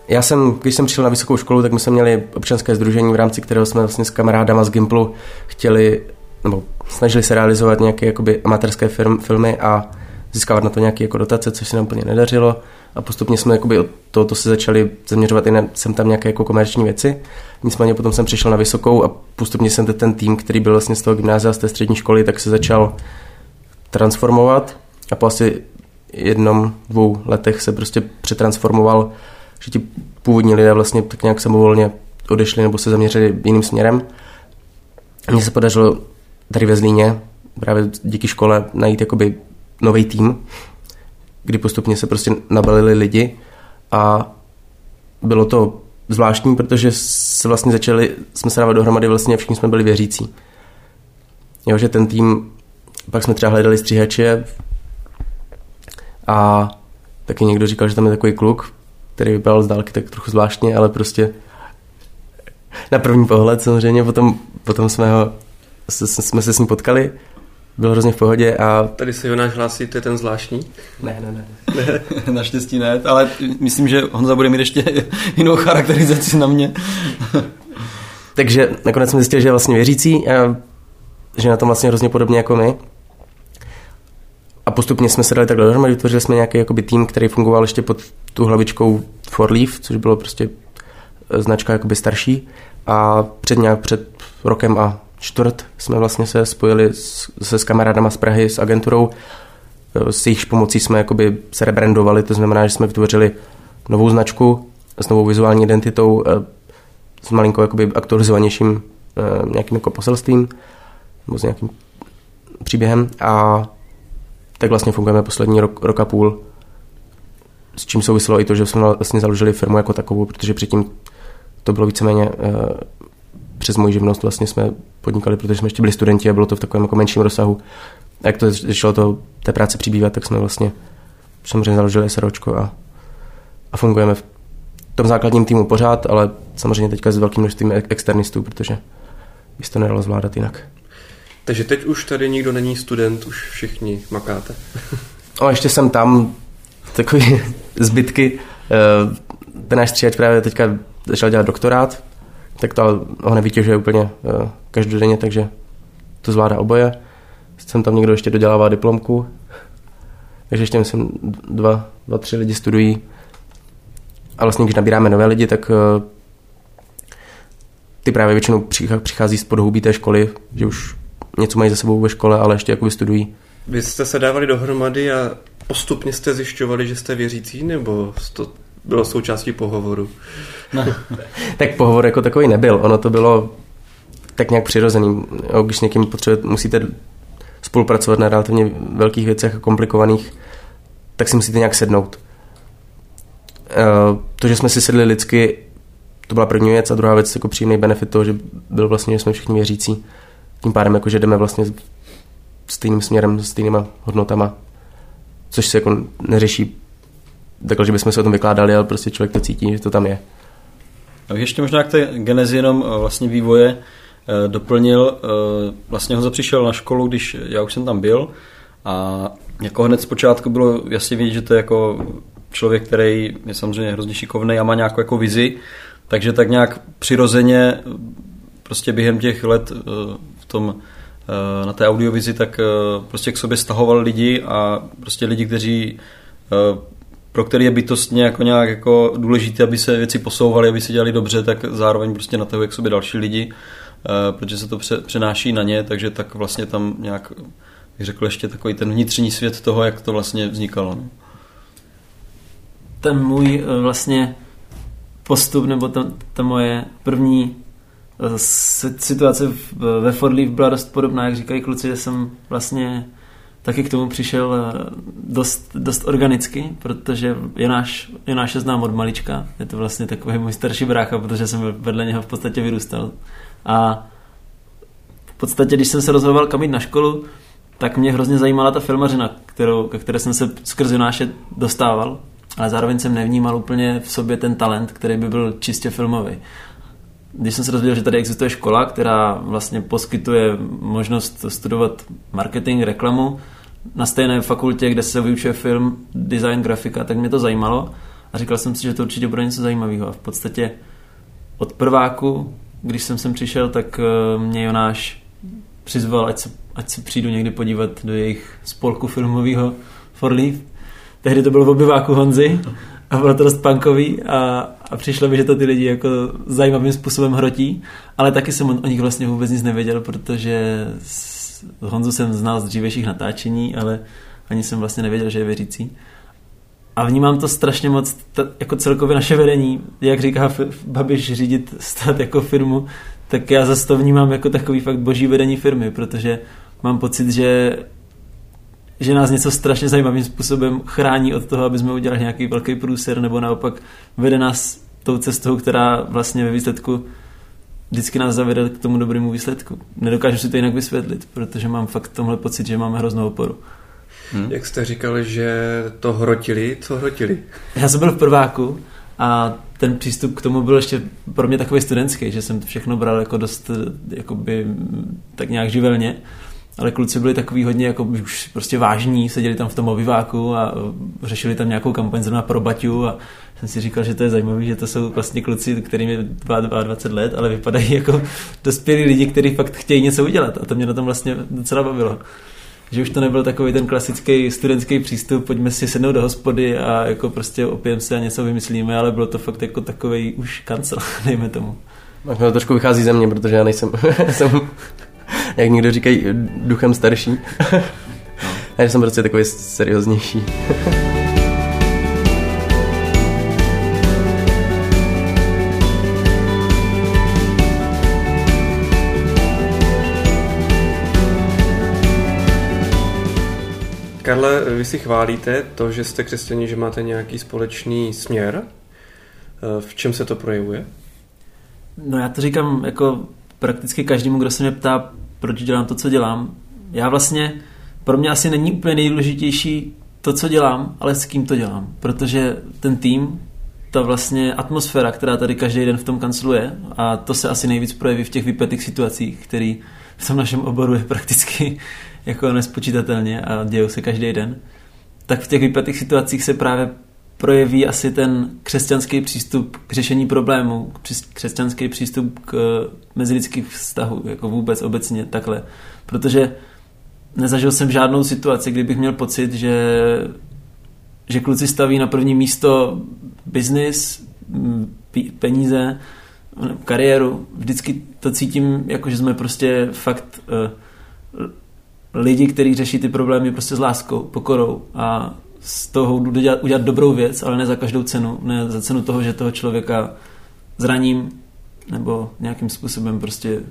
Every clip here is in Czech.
Když jsem přišel na vysokou školu, tak my jsme měli občanské sdružení, v rámci kterého jsme vlastně s kamarádama z Gimplu snažili se realizovat nějaké jakoby amatérské filmy a získávat na to nějaké jako dotace, což se nám úplně nedařilo. A postupně jsme jakoby od tohoto se začali zaměřovat i na sem tam nějaké jako komerční věci. Nicméně potom jsem přišel na vysokou a postupně jsem ten tým, který byl vlastně z toho gymnázia, z té střední školy, tak se začal transformovat a po asi 1-2 letech se prostě přetransformoval, že ti původní lidé vlastně tak nějak samovolně odešli nebo se zaměřili jiným směrem. Mně se podařilo tady ve Zlíně právě díky škole najít jakoby nový tým, kdy postupně se prostě nabalili lidi a bylo to zvláštní, protože jsme se dávat dohromady, vlastně všichni jsme byli věřící. Jo, že ten tým, pak jsme třeba hledali stříhače a taky někdo říkal, že tam je takový kluk, který vypadal z dálky tak trochu zvláštně, ale prostě na první pohled samozřejmě, potom jsme se s ním potkali, bylo hrozně v pohodě a... Tady se Jonáš hlásí, to je ten zvláštní? Ne. Naštěstí ne, ale myslím, že Honza bude mít ještě jinou charakterizaci na mě. Takže nakonec jsme zjistili, že je vlastně věřící a že na tom vlastně hrozně podobně jako my. A postupně jsme se dali takhle dohromady, vytvořili jsme nějaký jakoby tým, který fungoval ještě pod tu hlavičkou For Leaf, což bylo prostě značka jakoby starší. A před rokem a čtvrt jsme vlastně se spojili s kamarádama z Prahy, s agenturou. S jejich pomocí jsme jakoby se rebrandovali, to znamená, že jsme vytvořili novou značku s novou vizuální identitou, s malinko jakoby aktualizovanějším nějakým jako poselstvím nebo s nějakým příběhem a tak vlastně fungujeme poslední rok a půl, s čím souviselo i to, že jsme vlastně založili firmu jako takovou, protože předtím to bylo víceméně přes moji živnost vlastně jsme podnikali, protože jsme ještě byli studenti a bylo to v takovém jako menším rozsahu. A jak to začalo té práce přibývat, tak jsme vlastně samozřejmě založili SROčko a fungujeme v tom základním týmu pořád, ale samozřejmě teďka s velkým množstvím externistů, protože by se to nedalo zvládat jinak. Takže teď už tady nikdo není student, už všichni makáte. Ještě jsem tam takový zbytky. Ten náš stříhač právě teďka začal dělat doktorát, tak to ho nevytěžuje úplně každodenně, takže to zvládá oboje. Jsem tam někdo ještě dodělává diplomku, takže ještě myslím 2-3 lidi studují. A vlastně, když nabíráme nové lidi, tak ty právě většinou přichází z podhoubí té školy, že už něco mají za sebou ve škole, ale ještě jako studují. Vy jste se dávali dohromady a postupně jste zjišťovali, že jste věřící, nebo to bylo součástí pohovoru? No. Tak pohovor jako takový nebyl. Ono to bylo tak nějak přirozený. Když s někým musíte spolupracovat na relativně velkých věcech a komplikovaných, tak si musíte nějak sednout. To, že jsme si sedli lidsky, to byla první věc a druhá věc jako příjemný benefit toho, že byl vlastně, že jsme všichni věřící. Tím pádem jako, že jdeme vlastně stejným směrem, stejnýma hodnotama, což se jako neřeší takhle, že bychom se o tom vykládali, ale prostě člověk to cítí, že to tam je. Ještě možná k té genezi jenom vlastně vývoje doplnil. Vlastně Honza přišel na školu, když já už jsem tam byl a jako hned zpočátku bylo jasně vidět, že to je jako člověk, který je samozřejmě hrozně šikovný a má nějakou jako vizi, takže tak nějak přirozeně prostě během těch let v tom, na té audiovizi tak prostě k sobě stahoval lidi a prostě lidi, kteří pro který je bytostně jako nějak jako důležité, aby se věci posouvaly, aby se dělali dobře, tak zároveň prostě natahuje k sobě další lidi, protože se to přenáší na ně, takže tak vlastně tam nějak, bych řekl, ještě takový ten vnitřní svět toho, jak to vlastně vznikalo. No. Ten můj vlastně postup, nebo ta moje první situace ve For Leaf byla dost podobná, jak říkají kluci, že jsem vlastně taky k tomu přišel dost organicky, protože Jonáše znám od malička. Je to vlastně takový můj starší brácha, protože jsem vedle něho v podstatě vyrůstal. A v podstatě, když jsem se rozhodoval kam jít na školu, tak mě hrozně zajímala ta filmařina, ke které jsem se skrz Jonáše dostával, ale zároveň jsem nevnímal úplně v sobě ten talent, který by byl čistě filmový. Když jsem se dozvěděl, že tady existuje škola, která vlastně poskytuje možnost studovat marketing, reklamu na stejné fakultě, kde se vyučuje film, design, grafika, tak mě to zajímalo a říkal jsem si, že to určitě bude něco zajímavého. A v podstatě od prváku, když jsem sem přišel, tak mě Jonáš přizval, ať se přijdu někdy podívat do jejich spolku filmového For Leaf. Tehdy to bylo v obyváku Honzy a bylo to dost punkový a přišlo mi, že to ty lidi jako zajímavým způsobem hrotí, ale taky jsem o nich vlastně vůbec nic nevěděl, protože Honzu jsem znal z dřívějších natáčení, ale ani jsem vlastně nevěděl, že je věřící. A vnímám to strašně moc, jako celkově naše vedení, jak říká Babiš, řídit stát jako firmu, tak já zase to vnímám jako takový fakt boží vedení firmy, protože mám pocit, že nás něco strašně zajímavým způsobem chrání od toho, aby jsme udělali nějaký velký průser, nebo naopak vede nás tou cestou, která vlastně ve výsledku vždycky nás zavede k tomu dobrému výsledku. Nedokážu si to jinak vysvětlit, protože mám fakt tomhle pocit, že máme hroznou oporu. Jak jste říkali, že to hrotili, co hrotili? Já jsem byl v prváku a ten přístup k tomu byl ještě pro mě takový studentský, že jsem to všechno bral jako dost jakoby, tak nějak živelně, ale kluci byli takový hodně jako už prostě vážní, seděli tam v tom obyváku a řešili tam nějakou kampaň zrovna pro Baťu a jsem si říkal, že to je zajímavé, že to jsou vlastně kluci, kterým je 22 let, ale vypadají jako dospělí lidi, kteří fakt chtějí něco udělat a to mě na tom vlastně docela bavilo. Že už to nebyl takový ten klasický studentský přístup, pojďme si sednout do hospody a jako prostě opijeme se a něco vymyslíme, ale bylo to fakt jako takovej už kancel, dejme tomu. Možná to trošku vychází ze mě, protože já nejsem, jsem, jak někdo říkají, duchem starší. A já jsem prostě takový serióznější. Karle, vy si chválíte to, že jste křesťané, že máte nějaký společný směr. V čem se to projevuje? No já to říkám jako prakticky každému, kdo se mě ptá, proč dělám to, co dělám. Já vlastně, pro mě asi není úplně nejdůležitější to, co dělám, ale s kým to dělám. Protože ten tým, ta vlastně atmosféra, která tady každý den v tom kanclu je, a to se asi nejvíc projeví v těch vypjatých situacích, který v tom našem oboru je prakticky jako nespočítatelně a dějou se každý den, tak v těch vypjatých situacích se právě projeví asi ten křesťanský přístup k řešení problémů, křesťanský přístup k mezilidských vztahů, jako vůbec obecně takhle. Protože nezažil jsem žádnou situaci, kdy bych měl pocit, že kluci staví na první místo biznis, peníze, kariéru. Vždycky to cítím, jako že jsme prostě fakt lidi, kteří řeší ty problémy prostě s láskou, pokorou a z toho udělat dobrou věc, ale ne za každou cenu, ne za cenu toho, že toho člověka zraním nebo nějakým způsobem prostě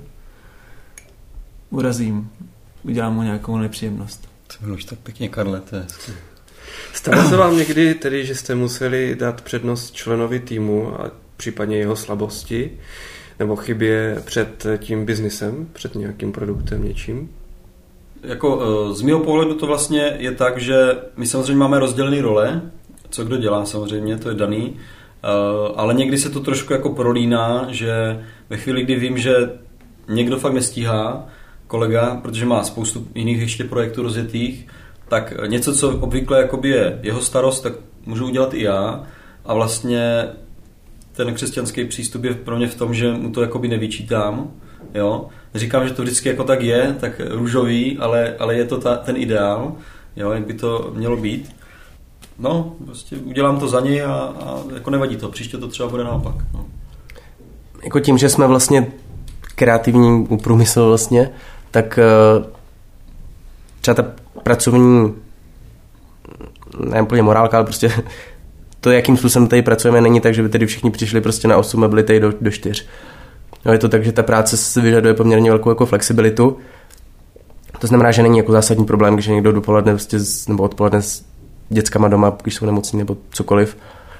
urazím, udělám mu nějakou nepříjemnost. To bylo už tak pěkně, Karle, to je hezky. Stalo se vám někdy tedy, že jste museli dát přednost členovi týmu a případně jeho slabosti nebo chybě před tím biznisem, před nějakým produktem, něčím? Jako z mého pohledu to vlastně je tak, že my samozřejmě máme rozdělené role, co kdo dělá samozřejmě, to je daný, ale někdy se to trošku jako prolíná, že ve chvíli, kdy vím, že někdo fakt nestíhá, kolega, protože má spoustu jiných ještě projektů rozjetých, tak něco, co obvykle jakoby je jeho starost, tak můžu udělat i já a vlastně ten křesťanský přístup je pro mě v tom, že mu to jakoby nevyčítám, jo. Říkám, že to vždycky jako tak je, tak růžový, ale je to ten ideál, jo, jak by to mělo být. No, prostě udělám to za něj a jako nevadí to, příště to třeba bude naopak. No. Jako tím, že jsme vlastně kreativní průmysl vlastně, tak třeba ta pracovní, ne úplně morálka, ale prostě to, jakým způsobem tady pracujeme, není tak, že by tady všichni přišli prostě na 8 a byli tady do 4. No, je to tak, že ta práce si vyžaduje poměrně velkou jako flexibilitu. To znamená, že není jako zásadní problém, když je někdo dopoledne prostě nebo odpoledne s dětskama doma, když jsou nemocní nebo cokoliv.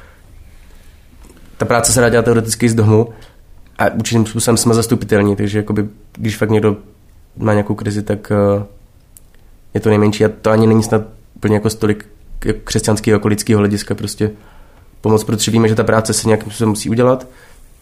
Ta práce se dá dělat teoreticky z domu a určitým způsobem jsme zastupitelní, takže jakoby, když fakt někdo má nějakou krizi, tak je to nejmenší a to ani není snad úplně jako stolik jako křesťanského jako lidského hlediska prostě pomoc, protože víme, že ta práce se nějakým způsobem musí udělat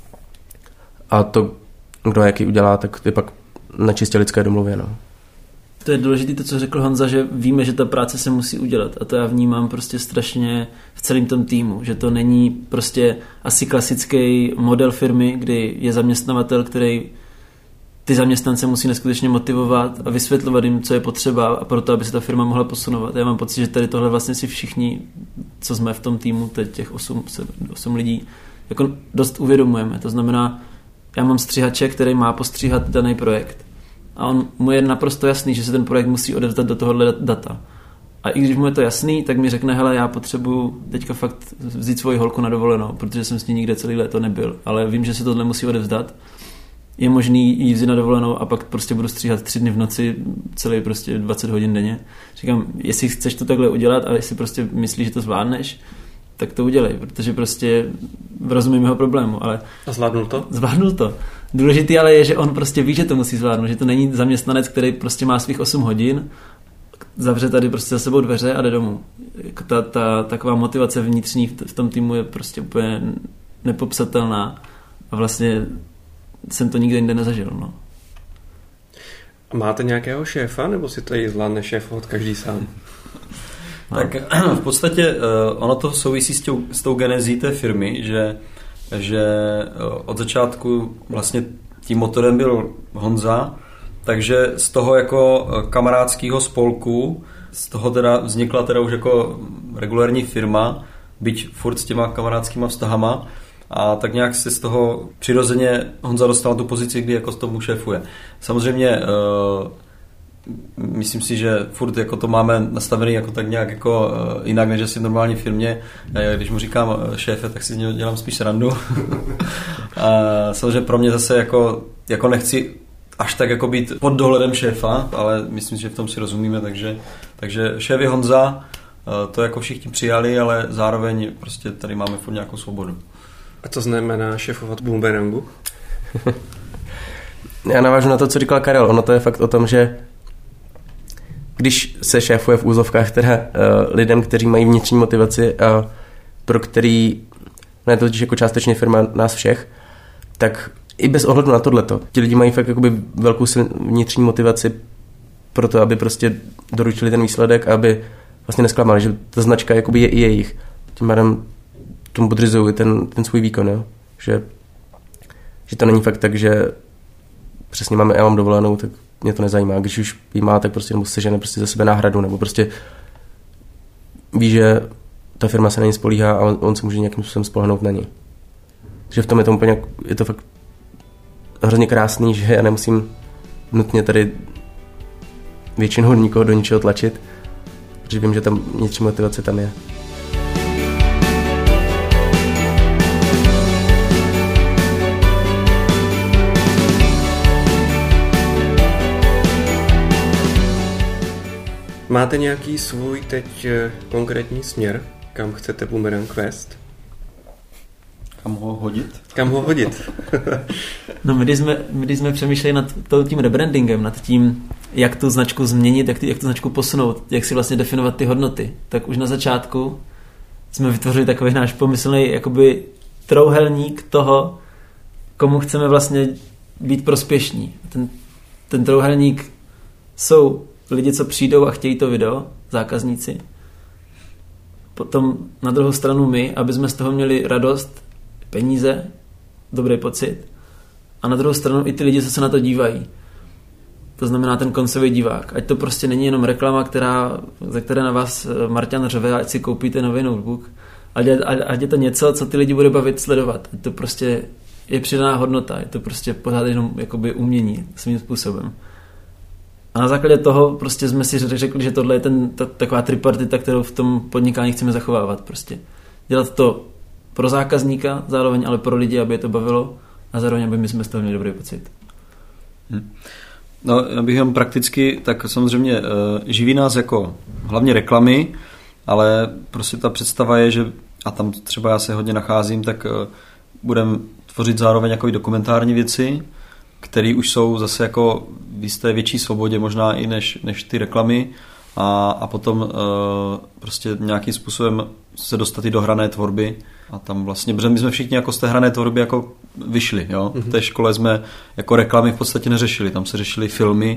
a to, kdo jaký udělá, tak je pak na čistě lidské domluvě. No. To je důležité to, co řekl Honza, že víme, že ta práce se musí udělat a to já vnímám prostě strašně v celém tom týmu, že to není prostě asi klasický model firmy, kdy je zaměstnavatel, který ty zaměstnance musí neskutečně motivovat a vysvětlovat jim, co je potřeba a proto, aby se ta firma mohla posunovat. Já mám pocit, že tady tohle vlastně si všichni, co jsme v tom týmu, teď těch 8 lidí, jako dost uvědomujeme. To znamená, já mám střihače, který má postříhat daný projekt. A mu je naprosto jasný, že se ten projekt musí odevzdat do tohohle data. A i když mu je to jasný, tak mi řekne, hele, já potřebuji teďka fakt vzít svoji holku na dovolenou, protože jsem s ní nikde celý léto nebyl. Ale vím, že se tohle musí odevzdat. Je možný jít vzít na dovolenou a pak prostě budu stříhat 3 dny v noci, celý prostě 20 hodin denně. Říkám, jestli chceš to takhle udělat a jestli prostě myslíš, že to zvládneš, tak to udělej, protože prostě rozumím jeho problému. Ale a zvládnul to? Zvládnul to. Důležitý ale je, že on prostě ví, že to musí zvládnout, že to není zaměstnanec, který prostě má svých 8 hodin, zavře tady prostě za sebou dveře a jde domů. Ta taková motivace vnitřní v tom týmu je prostě úplně nepopsatelná a vlastně jsem to nikdy jinde nezažil. No. Máte nějakého šéfa, nebo si tady zvládne šéfovat každý sám? Tak v podstatě ono to souvisí s tou genezí té firmy, že od začátku vlastně tím motorem byl Honza, takže z toho jako kamarádského spolku, z toho teda vznikla teda už jako regulární firma, byť furt s těma kamarádskýma vztahama, a tak nějak se z toho přirozeně Honza dostal na tu pozici, kdy jako s tomu šéfuje. Samozřejmě myslím si, že furt jako to máme nastavený jako tak nějak jako jinak, než asi v normální firmě. Když mu říkám šéfe, tak si z něho dělám spíš srandu. A samozřejmě pro mě zase jako nechci až tak jako být pod dohledem šéfa, ale myslím, že v tom si rozumíme, takže šéf je Honza, to jako všichni přijali, ale zároveň prostě tady máme furt nějakou svobodu. A co znamená šéfovat Boomerangu? Já navážu na to, co říkal Karel. Ono to je fakt o tom, že když se šéfuje v úzovkách teda lidem, kteří mají vnitřní motivaci a pro který, no je to totiž jako částečně firma nás všech, tak i bez ohledu na tohleto. Ti lidi mají fakt jakoby velkou vnitřní motivaci pro to, aby prostě doručili ten výsledek a aby vlastně nesklamali, že ta značka jakoby je i jejich. Tím pádem tomu podřizují ten svůj výkon, jo? Že to není fakt tak, že přesně já mám dovolenou, tak mě to nezajímá. Když už jí má, tak prostě nebo sežene prostě za sebe náhradu, nebo prostě ví, že ta firma se na něj spolíhá a on se může nějakým způsobem spolehnout na ní. Takže v tom je to fakt hrozně krásný, že já nemusím nutně tady většinou nikoho do ničeho tlačit, protože vím, že tam vnitřní motivace tam je. Máte nějaký svůj teď konkrétní směr, kam chcete Boomerang vést? Kam ho hodit? Kam ho hodit? No my když jsme přemýšleli nad tím rebrandingem, nad tím, jak tu značku změnit, jak tu značku posunout, jak si vlastně definovat ty hodnoty, tak už na začátku jsme vytvořili takový náš pomyslný jakoby trouhelník toho, komu chceme vlastně být prospěšní. Ten trouhelník jsou lidi, co přijdou a chtějí to video, zákazníci. Potom na druhou stranu my, aby jsme z toho měli radost, peníze, dobrý pocit. A na druhou stranu i ty lidi, co se na to dívají. To znamená ten koncový divák. Ať to prostě není jenom reklama, za které na vás Marťan řve, ať si koupíte nový notebook. Ať je to něco, co ty lidi bude bavit sledovat. Ať to prostě je přidaná hodnota. Je to prostě pořád jenom jakoby umění svým způsobem. A na základě toho prostě jsme si řekli, že tohle je taková tripartita, kterou v tom podnikání chceme zachovávat. Prostě dělat to pro zákazníka, zároveň ale pro lidi, aby je to bavilo a zároveň, aby my jsme z toho měli dobrý pocit. No, já bych jenom prakticky, tak samozřejmě živí nás jako hlavně reklamy, ale prostě ta představa je, že, a tam třeba já se hodně nacházím, tak budeme tvořit zároveň jako i dokumentární věci, které už jsou zase jako v jisté větší svobodě možná i než ty reklamy a potom prostě nějakým způsobem se dostat i do hrané tvorby a tam vlastně, protože my jsme všichni jako z té hrané tvorby jako vyšli, jo. V té škole jsme jako reklamy v podstatě neřešili, tam se řešily filmy,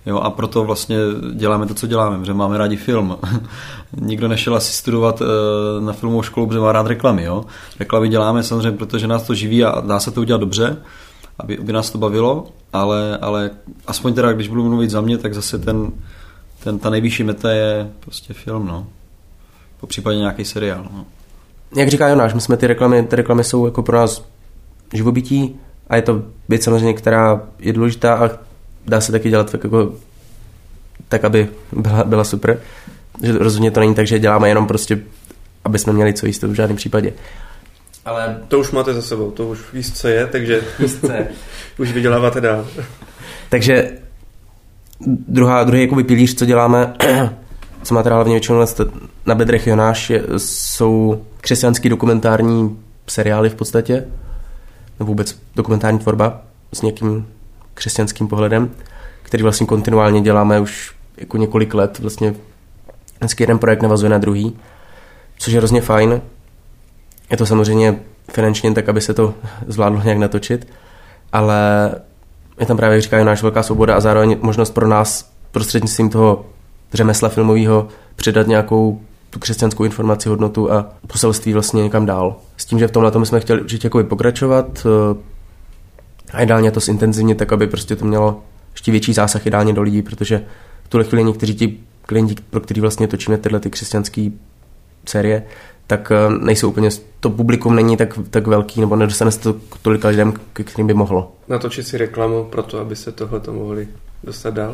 Jo, a proto vlastně děláme to, co děláme, protože máme rádi film. Nikdo nešel asi studovat na filmovou školu, protože má rád reklamy. Jo? Reklamy děláme samozřejmě, protože nás to živí a dá se to udělat dobře, aby nás to bavilo, ale aspoň teda, když budu mluvit za mě, tak zase ta nejvyšší meta je prostě film, no. Po případě nějaký seriál. No. Jak říká Jonáš, my jsme ty reklamy jsou jako pro nás živobytí a je to věc samozřejmě, která je důležitá a dá se taky dělat tak, aby byla super. Že rozhodně to není tak, že děláme jenom prostě, aby jsme měli co jíst, v žádném případě. Ale to už máte za sebou, to už víc, co je, takže už vyděláváte dál. Takže druhý jakoby pilíř, co děláme, co má teda hlavně většinou na bedrech Jonáš, jsou křesťanský dokumentární seriály v podstatě, nebo vůbec dokumentární tvorba s nějakým křesťanským pohledem, který vlastně kontinuálně děláme už jako několik let. Vlastně vždycky jeden projekt navazuje na druhý, což je hrozně fajn. Je to samozřejmě finančně tak, aby se to zvládlo nějak natočit, ale je tam právě, jak říká Jonáš, velká svoboda a zároveň možnost pro nás prostřednictvím toho řemesla filmového předat nějakou tu křesťanskou informaci, hodnotu a poselství vlastně někam dál. S tím, že v tomhle jsme chtěli určitě jako pokračovat a ideálně to zintenzivnit tak, aby prostě to mělo ještě větší zásah ideálně do lidí, protože v tuhle chvíli někteří ti klienti, pro který vlastně točíme tyhle ty křesťanské série, tak nejsou úplně, to publikum není tak velký, nebo nedostane se to k tolika lidem, k kterým by mohlo. Natočit si reklamu pro to, aby se tohleto mohli dostat dál?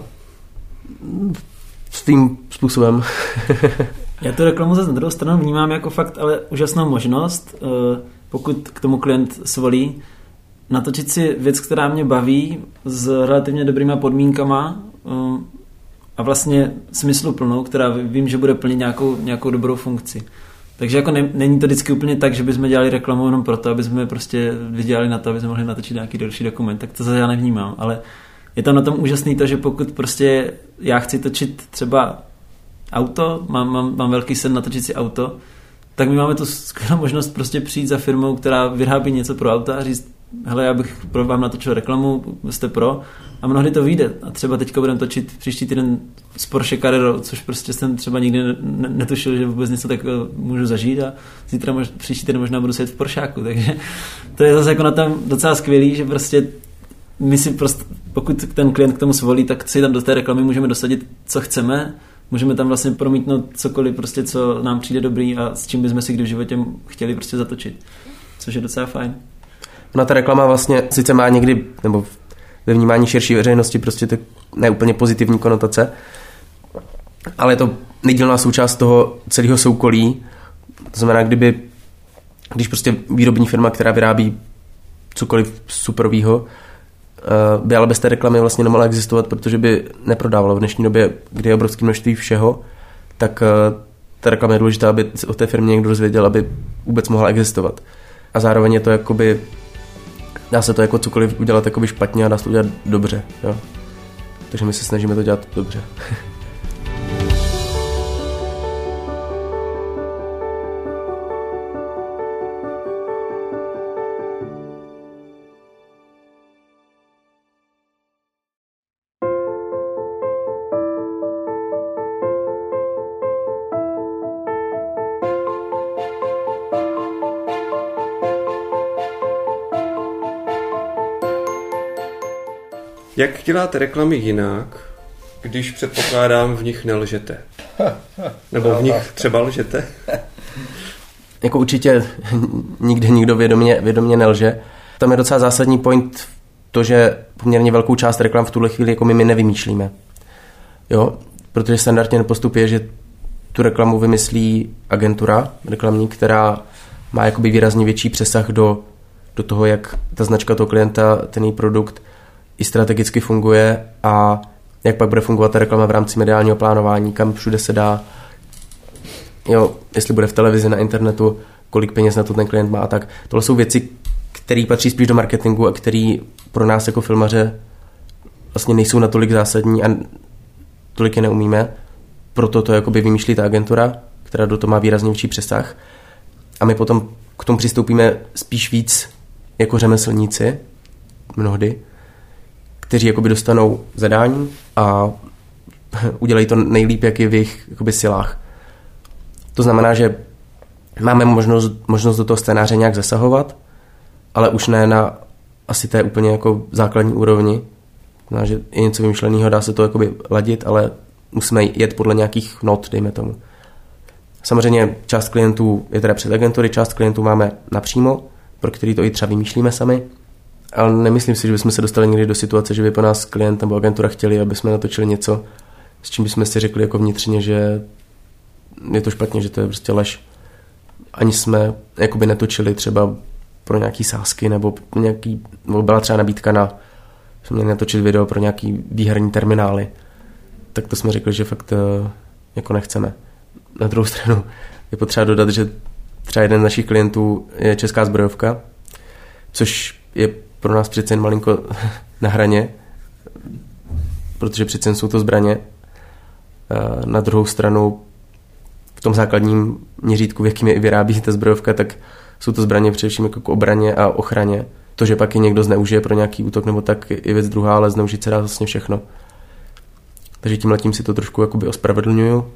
Svým způsobem. Já tu reklamu zase na druhou stranu vnímám jako fakt ale úžasnou možnost, pokud k tomu klient svolí, natočit si věc, která mě baví s relativně dobrýma podmínkama a vlastně smysluplnou, která vím, že bude plnit nějakou dobrou funkci. Takže jako není to vždycky úplně tak, že bychom dělali reklamu jenom proto, aby jsme prostě vydělali na to, aby jsme mohli natočit nějaký další dokument, tak to zase já nevnímám, ale je tam na tom úžasný to, že pokud prostě já chci točit třeba auto, mám velký sen natočit si auto, tak my máme tu skvělou možnost prostě přijít za firmou, která vyrábí něco pro auta a říct, hele, já bych pro vám natočil reklamu, jste pro, a mnohdy to vyjde. A třeba teďka budeme točit příští týden s Porsche Carrera, což prostě jsem třeba nikdy netušil, že vůbec něco tak můžu zažít a zítra příští týden možná budu sedět v Poršáku, takže to je zase jako na tom docela skvělý, že prostě my si prostě, pokud ten klient k tomu svolí, tak si tam do té reklamy můžeme dosadit, co chceme, můžeme tam vlastně promítnout cokoliv, prostě, co nám přijde dobrý a s čím bychom si kdy v životě chtěli prostě zatočit, což je docela fajn. No ta reklama vlastně sice má někdy, nebo ve vnímání širší veřejnosti prostě tak neúplně pozitivní konotace, ale je to nedílná součást toho celého soukolí. To znamená, když prostě výrobní firma, která vyrábí cokoliv superovýho, by ale bez té reklamy vlastně nemohla existovat, protože by neprodávala v dnešní době, kdy je obrovské množství všeho, tak ta reklama je důležitá, aby se o té firmě někdo dozvěděl, aby vůbec mohla existovat. A zároveň je to jakoby, dá se to jako cokoliv udělat jakoby špatně a dá se to udělat dobře. Jo? Takže my se snažíme to dělat dobře. Jak děláte reklamy jinak, když předpokládám v nich nelžete? Nebo v nich třeba lžete? Jako určitě nikde nikdo vědomě nelže. Tam je docela zásadní point to, že poměrně velkou část reklam v tuhle chvíli jako my nevymýšlíme. Jo? Protože standardně postup je, že tu reklamu vymyslí agentura reklamní, která má jakoby výrazně větší přesah do toho, jak ta značka toho klienta, ten její produkt i strategicky funguje a jak pak bude fungovat ta reklama v rámci mediálního plánování, kam všude se dá, jo, jestli bude v televizi, na internetu, kolik peněz na to ten klient má a tak. Tohle jsou věci, které patří spíš do marketingu a které pro nás jako filmaře vlastně nejsou natolik zásadní a tolik je neumíme. Proto to jakoby vymýšlí ta agentura, která do toho má výrazně větší přesah. A my potom k tomu přistoupíme spíš víc jako řemeslníci, mnohdy, kteří jakoby dostanou zadání, a udělají to nejlíp, jak je v jejich jakoby silách. To znamená, že máme možnost do toho scénáře nějak zasahovat, ale už ne na asi té úplně jako základní úrovni. Znamená, že je něco vymyšleného, dá se to jakoby ladit, ale musíme jet podle nějakých not, dejme tomu. Samozřejmě část klientů je teda přes agentury, část klientů máme napřímo, pro který to i třeba vymýšlíme sami, ale nemyslím si, že bychom se dostali někdy do situace, že by po nás klient nebo agentura chtěli, aby jsme natočili něco, s čím bychom si řekli jako vnitřně, že je to špatně, že to je prostě lež. Ani jsme jakoby netočili třeba pro nějaký sázky nebo byla třeba nabídka jsme měli natočit video pro nějaký výherní terminály. Tak to jsme řekli, že fakt jako nechceme. Na druhou stranu je potřeba dodat, že třeba jeden z našich klientů je Česká zbrojovka, což je pro nás přece jen malinko na hraně, protože přece jen jsou to zbraně. Na druhou stranu v tom základním měřítku, v jakým je i vyrábí ta zbrojovka, tak jsou to zbraně především jako k obraně a ochraně. To, že pak je někdo zneužije pro nějaký útok nebo tak, je věc druhá, ale zneužít se dá vlastně všechno. Takže tímhletím si to trošku jakoby ospravedlňuju.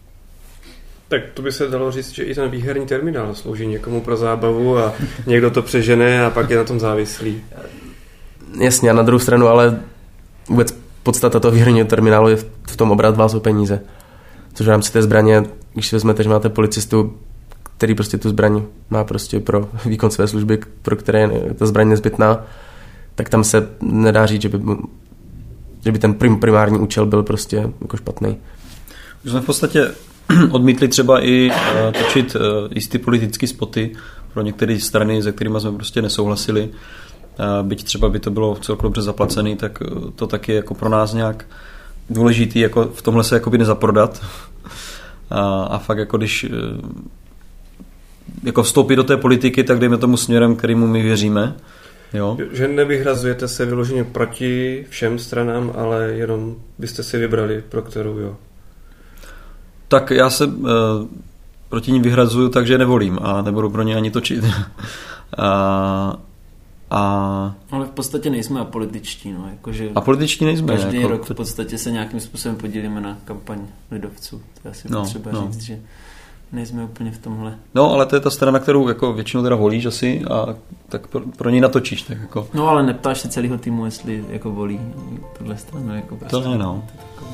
Tak to by se dalo říct, že i ten výherní terminál slouží někomu pro zábavu a někdo to přežene a pak je na tom závislý. Jasně, a na druhou stranu, ale vůbec podstata toho výherního terminálu je v tom obrat vás o peníze. Což v rámci té zbraně, když si vezmete, že máte policistu, který prostě tu zbraň má prostě pro výkon své služby, pro které je ta zbraň nezbytná, tak tam se nedá říct, že by ten primární účel byl prostě jako špatný. Už jsme v podstatě odmítli třeba i točit jistý politický spoty pro některé strany, se kterými jsme prostě nesouhlasili. Byť třeba by to bylo celkově dobře zaplacený, tak to taky jako pro nás nějak důležitý, jako v tomhle se jakoby nezaprodat. A fakt jako když jako vstoupit do té politiky, tak dejme tomu směrem, kterému my věříme. Jo? Že nevyhrazujete se vyloženě proti všem stranám, ale jenom byste si vybrali, pro kterou jo. Tak já se proti ní vyhrazuju, takže nevolím a nebudu pro ně ani točit. Ale v podstatě nejsme apolitičtí. No, jakože apolitičtí nejsme. Každý jako, rok v podstatě se nějakým způsobem podílíme na kampaň lidovců. To je asi potřeba říct, že nejsme úplně v tomhle. No, ale to je ta strana, kterou jako většinou teda volíš asi a tak pro ní natočíš. Tak jako. No, ale neptáš se celého týmu, jestli jako volí tuhle stranu. Jako to ne, no.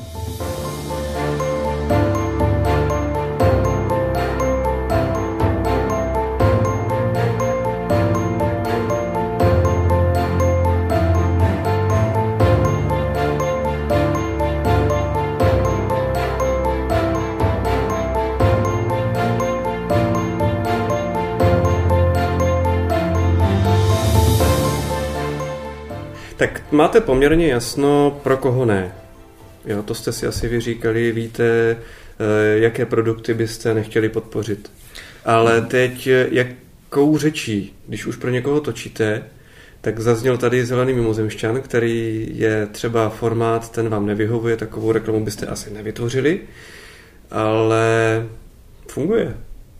Tak máte poměrně jasno, pro koho ne. Jo, to jste si asi vyříkali, víte, jaké produkty byste nechtěli podpořit. Ale teď, jakou řečí, když už pro někoho točíte, tak zazněl tady Zelený mimozemšťan, který je třeba formát, ten vám nevyhovuje, takovou reklamu byste asi nevytvořili, ale funguje.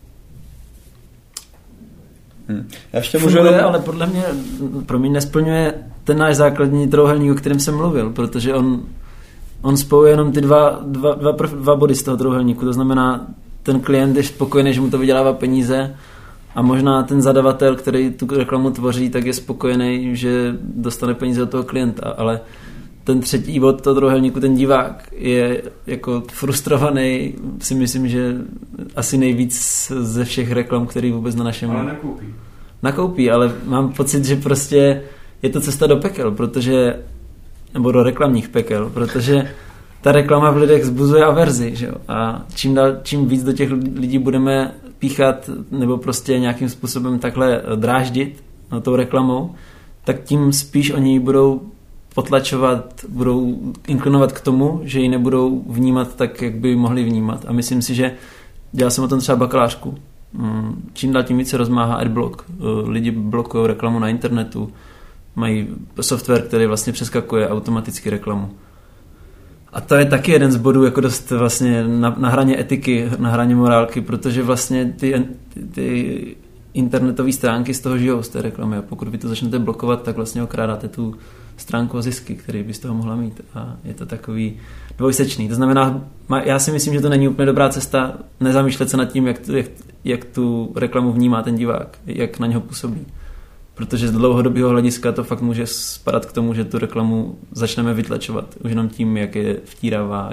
Já ještě funguje, ale podle mě pro mě nesplňuje ten náš základní trojúhelník, o kterém jsem mluvil, protože on spojuje jenom ty dva body z toho trojúhelníku, to znamená, ten klient je spokojený, že mu to vydělává peníze a možná ten zadavatel, který tu reklamu tvoří, tak je spokojený, že dostane peníze od toho klienta, ale ten třetí bod toho trojúhelníku, ten divák, je jako frustrovaný, si myslím, že asi nejvíc ze všech reklam, který vůbec na našem... Ale nakoupí, ale mám pocit, že prostě je to cesta do pekel, nebo do reklamních pekel, protože ta reklama v lidech vzbuzuje averzi, že jo? A čím víc do těch lidí budeme píchat nebo prostě nějakým způsobem takhle dráždit tou reklamou, tak tím spíš oni budou potlačovat, budou inklinovat k tomu, že ji nebudou vnímat tak, jak by mohli vnímat. A myslím si, že dělal jsem o tom třeba bakalářku. Čím dál tím více rozmáhá adblock. Lidi blokují reklamu na internetu, mají software, který vlastně přeskakuje automaticky reklamu. A to je taky jeden z bodů, jako dost vlastně na hraně etiky, na hraně morálky, protože vlastně ty internetové stránky z toho žijou, z té reklamy. A pokud vy to začnete blokovat, tak vlastně okrádáte tu stránku o zisky, který by z toho mohla mít. A je to takový dvojsečný. To znamená, já si myslím, že to není úplně dobrá cesta nezamýšlet se nad tím, jak tu reklamu vnímá ten divák, jak na něho působí. Protože z dlouhodobého hlediska to fakt může spadat k tomu, že tu reklamu začneme vytlačovat. Už jenom tím, jak je vtíravá,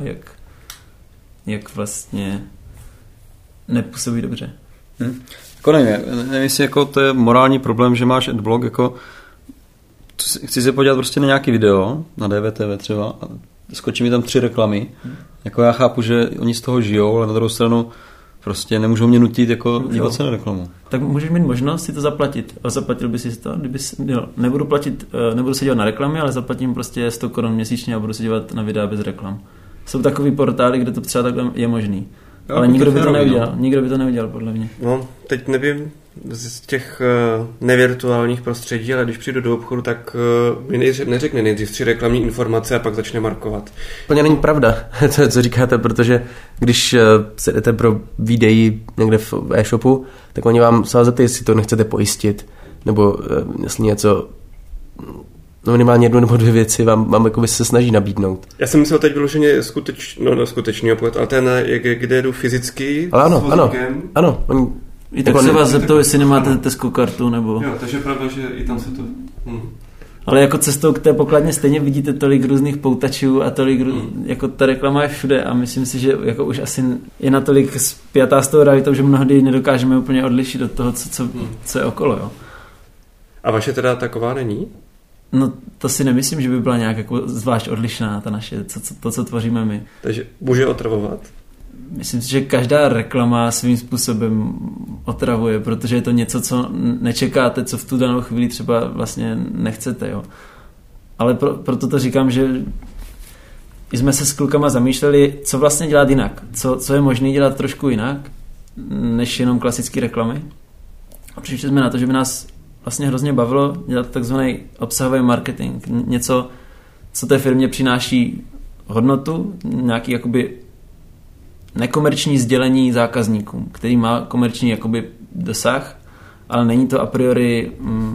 jak vlastně nepůsobí dobře. Nevím, jestli jako to je morální problém, že máš adblock, jako chci se podívat prostě na nějaký video, na DVTV třeba, a skočí mi tam 3 reklamy. Jako já chápu, že oni z toho žijou, ale na druhou stranu prostě nemůžou mě nutit jako dívat se na reklamu. Tak můžeš mít možnost si to zaplatit. A zaplatil by si to, nebudu se dívat na reklamy, ale zaplatím prostě 100 Kč měsíčně a budu se dívat na videa bez reklam. Jsou takový portály, kde to třeba takhle je možný. Jo, ale nikdo by to neudělal. Nikdo by to neudělal, podle mě. No, teď nevím z těch nevirtuálních prostředí, ale když přijdu do obchodu, tak mi neřekne nejdřív 3 reklamní informace a pak začne markovat. Plně není pravda, to, co říkáte, protože když se jdete pro výdej někde v e-shopu, tak oni vám se zeptají, jestli to nechcete pojistit, nebo jestli něco, no minimálně 1 nebo 2 věci vám jako se snaží nabídnout. Já jsem myslel teď vyloženě skutečný obchod, ale ten, kde jdu fyzicky ale ano. Oni, i tak se vás zeptou, jestli nemáte Tesco kartu, nebo... Jo, takže je pravda, že i tam se to... Ale jako cestou k té pokladně stejně vidíte tolik různých poutačů a tolik, jako ta reklama je všude a myslím si, že jako už asi je natolik spjatá s tou realitou, že mnohdy nedokážeme úplně odlišit od toho, co je okolo, jo. A vaše teda taková není? No to si nemyslím, že by byla nějak jako zvlášť odlišná ta naše, to, co tvoříme my. Takže může otravovat? Myslím si, že každá reklama svým způsobem otravuje, protože je to něco, co nečekáte, co v tu danou chvíli třeba vlastně nechcete. Jo. Ale proto to říkám, že jsme se s klukama zamýšleli, co vlastně dělat jinak. Co je možné dělat trošku jinak, než jenom klasické reklamy. A přišli jsme na to, že by nás vlastně hrozně bavilo dělat takzvaný obsahový marketing. Něco, co té firmě přináší hodnotu, nějaký jakoby nekomerční sdělení zákazníkům, který má komerční jakoby dosah, ale není to a priori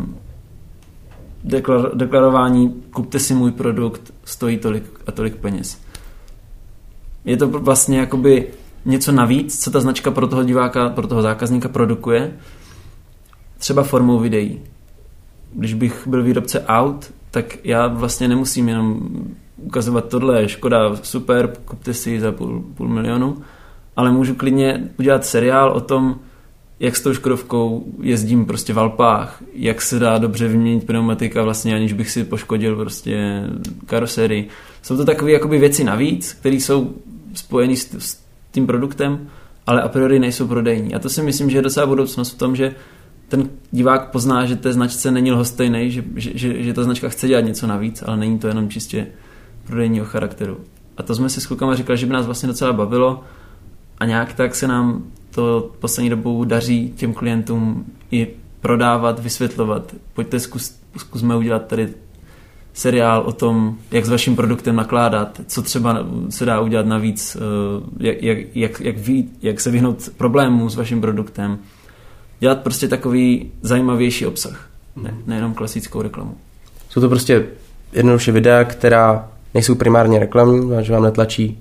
deklarování kupte si můj produkt, stojí tolik a tolik peněz. Je to vlastně jakoby něco navíc, co ta značka pro toho diváka, pro toho zákazníka produkuje, třeba formou videí. Když bych byl výrobce aut, tak já vlastně nemusím jenom ukazovat tohle, Škoda, super, kupte si za půl milionu, ale můžu klidně udělat seriál o tom, jak s tou Škodovkou jezdím prostě v Alpách, jak se dá dobře vyměnit pneumatika vlastně, aniž bych si poškodil prostě karosérii. Jsou to takové jakoby věci navíc, které jsou spojené s tím produktem, ale a priori nejsou prodejní. A to si myslím, že je docela budoucnost v tom, že ten divák pozná, že té značce není lhostejnej, že ta značka chce dělat něco navíc, ale není to jenom čistě prodejního charakteru. A to jsme si s klukama říkali, že by nás vlastně docela bavilo a nějak tak se nám to poslední dobou daří těm klientům i prodávat, vysvětlovat. Pojďte, zkusme udělat tady seriál o tom, jak s vaším produktem nakládat, co třeba se dá udělat navíc, jak se vyhnout problémů s vaším produktem. Dělat prostě takový zajímavější obsah, nejenom klasickou reklamu. Jsou to prostě jednoduše videa, která nejsou primárně reklamní, že vám netlačí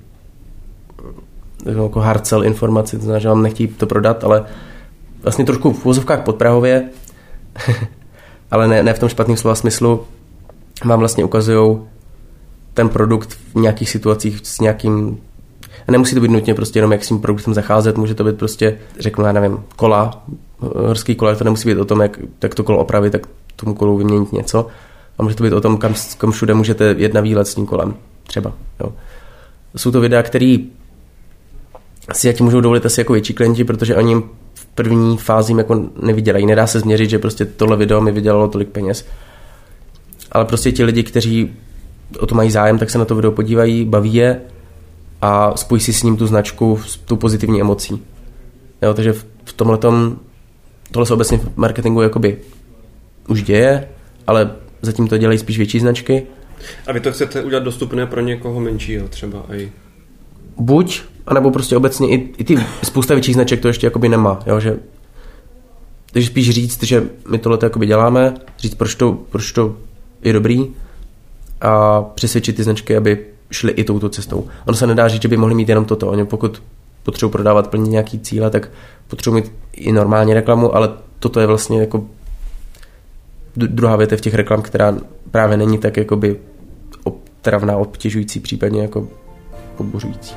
jako hard sell informaci, to znamená, že vám nechtějí to prodat, ale vlastně trošku v uvozovkách podprahově, ale ne v tom špatném slova smyslu, vám vlastně ukazujou ten produkt v nějakých situacích s nějakým, a nemusí to být nutně prostě jenom jak s tím produktem zacházet, může to být prostě, řeknu, já nevím, kola, horský kola, to nemusí být o tom, jak to kolo opravit, tak tomu kolu vyměnit něco, a může to být o tom, kam všude můžete jet na výlet s tím kolem, třeba. Jo. Jsou to videa, které si ti můžou dovolit asi jako větší klienti, protože oni v první fázi jako nevydělají. Nedá se změřit, že prostě tohle video mi vydělalo tolik peněz. Ale prostě ti lidi, kteří o to mají zájem, tak se na to video podívají, baví je a spojí si s ním tu značku s tou pozitivní emocí. Jo, takže v tomhletom, tohle se obecně v marketingu jakoby už děje, ale zatím to dělají spíš větší značky. A vy to chcete udělat dostupné pro někoho menšího třeba i? Buď, anebo prostě obecně i ty spousta větších značek to ještě jakoby nemá, jo, že takže spíš říct, že my tohle jakoby děláme, říct, proč to je dobrý a přesvědčit ty značky, aby šli i touto cestou. Ono se nedá říct, že by mohli mít jenom toto. Oni pokud potřebují prodávat plně nějaký cíle, tak potřebují mít i normální reklamu, ale toto je vlastně jako druhá větev těch reklam, která právě není tak jakoby travná, obtěžující, případně jako podbořující.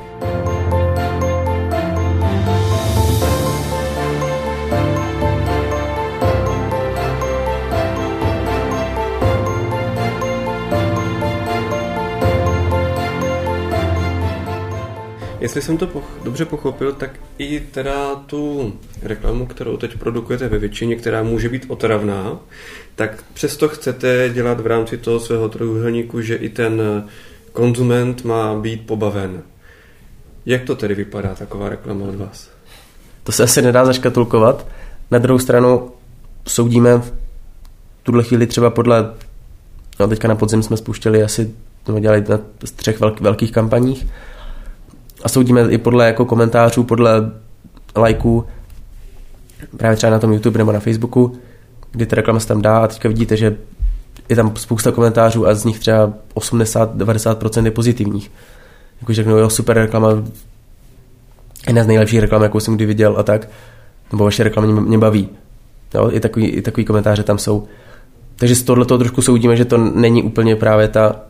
Jestli jsem to dobře pochopil, tak i teda tu reklamu, kterou teď produkujete ve většině, která může být otravná, tak přesto chcete dělat v rámci toho svého trojúhelníku, že i ten konzument má být pobaven. Jak to tedy vypadá, taková reklama od vás? To se asi nedá zaškatulkovat. Na druhou stranu soudíme v tuhle chvíli třeba podle, teďka na podzim jsme spouštěli asi, dělali na 3 velkých kampaních, a soudíme i podle jako komentářů, podle lajků, právě třeba na tom YouTube nebo na Facebooku, kdy ta reklama se tam dá a teďka vidíte, že je tam spousta komentářů a z nich třeba 80-90% je pozitivních. Jako řeknou, jo, super reklama, jedna z nejlepších reklam, jakou jsem kdy viděl a tak, nebo vaše reklama mě baví. Jo, i takový komentáře tam jsou. Takže z tohoto trošku soudíme, že to není úplně právě ta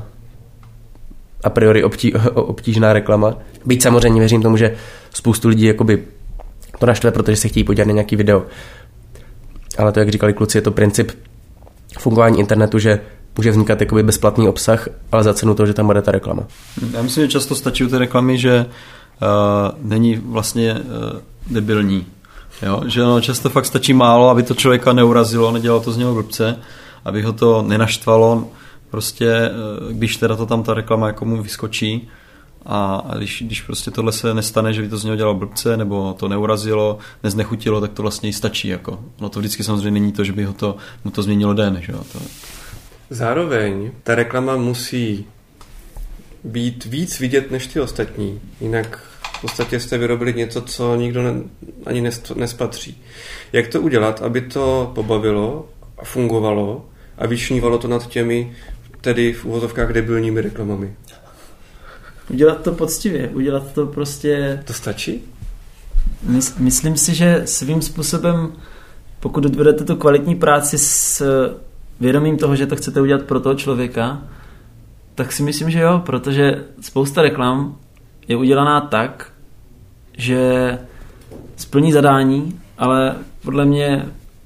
a priori obtížná reklama. Byť samozřejmě věřím tomu, že spoustu lidí jakoby to naštve, protože se chtějí podívat na nějaký video. Ale to, jak říkali kluci, je to princip fungování internetu, že může vznikat jakoby bezplatný obsah, ale za cenu toho, že tam bude ta reklama. Já myslím, že často stačí u té reklamy, že není vlastně debilní. Jo? Že často fakt stačí málo, aby to člověka neurazilo, nedělalo to z něho blbce, aby ho to nenaštvalo. Prostě, když teda to tam ta reklama jako mu vyskočí a když prostě tohle se nestane, že by to z něho dělalo blbce nebo to neurazilo, neznechutilo, tak to vlastně i stačí. Jako. No to vždycky samozřejmě není to, že by mu to změnilo den. Že? Zároveň ta reklama musí být víc vidět než ty ostatní. Jinak v podstatě jste vyrobili něco, co nikdo ani nespatří. Jak to udělat, aby to pobavilo a fungovalo a vyšnívalo to nad těmi, tedy v uvozovkách debilními reklamami? Udělat to poctivě, udělat to prostě... To stačí? Myslím si, že svým způsobem, pokud odvedete tu kvalitní práci s vědomím toho, že to chcete udělat pro toho člověka, tak si myslím, že jo, protože spousta reklam je udělaná tak, že splní zadání, ale podle mě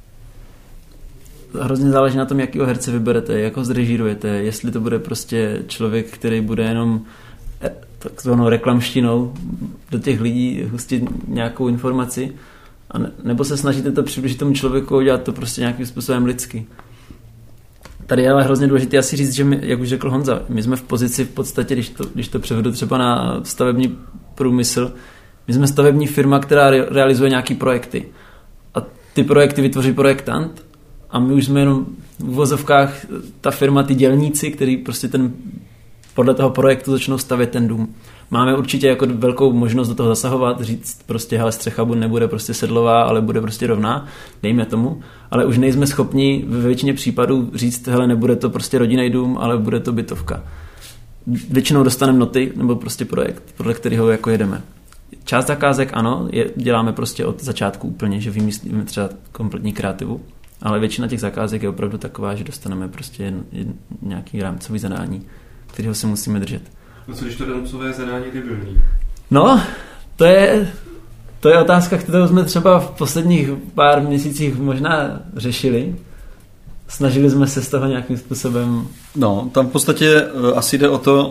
hrozně záleží na tom, jakýho herce vyberete, jak ho zrežírujete, jestli to bude prostě člověk, který bude jenom takzvanou reklamštinou do těch lidí hustit nějakou informaci, nebo se snažíte to přiblížit tomu člověku a udělat to prostě nějakým způsobem lidsky. Tady je ale hrozně důležité asi říct, že my, jak už řekl Honza, my jsme v pozici v podstatě, když to převedu třeba na stavební průmysl, my jsme stavební firma, která realizuje nějaký projekty. A ty projekty vytvoří projektant a my už jsme jenom v uvozovkách ta firma, ty dělníci, který prostě podle toho projektu začnou stavět ten dům. Máme určitě jako velkou možnost do toho zasahovat, říct prostě, hele, střecha nebude prostě sedlová, ale bude prostě rovná, dejme tomu, ale už nejsme schopni ve většině případů říct, hele, nebude to prostě rodinný dům, ale bude to bytovka. Většinou dostaneme noty nebo prostě projekt, podle kterého jako jedeme. Část zakázek ano, děláme prostě od začátku úplně, že vymyslíme třeba kompletní kreativu, ale většina těch zakázek je opravdu taková, že dostaneme prostě nějaký rámcový zadání, kterého se musíme držet. No co když to rámcové zadání debilní? No, to je otázka, kterou jsme třeba v posledních pár měsících možná řešili. Snažili jsme se z toho nějakým způsobem... No, tam v podstatě asi jde o to,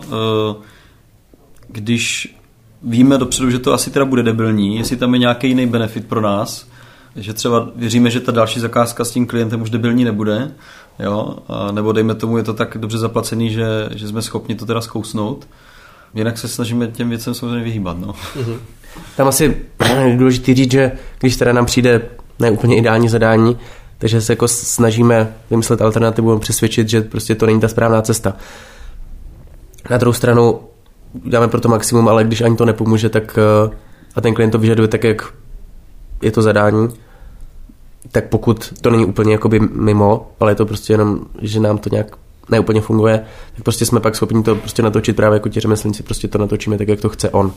když víme dopředu, že to asi teda bude debilní, jestli tam je nějaký jiný benefit pro nás, že třeba věříme, že ta další zakázka s tím klientem už debilní nebude, jo? Nebo dejme tomu, je to tak dobře zaplacený, že jsme schopni to teda zkousnout. Jinak se snažíme těm věcem samozřejmě vyhýbat. No. Mm-hmm. Tam asi je důležité říct, že když teda nám přijde neúplně ideální zadání, takže se jako snažíme vymyslet alternativu a přesvědčit, že prostě to není ta správná cesta. Na druhou stranu děláme pro to maximum, ale když ani to nepomůže, tak a ten klient to vyžaduje tak, jak je to zadání, tak pokud to není úplně jakoby mimo, ale je to prostě jenom, že nám to nějak neúplně funguje, tak prostě jsme pak schopni to prostě natočit právě jako ti řemeslníci, prostě to natočíme tak, jak to chce on.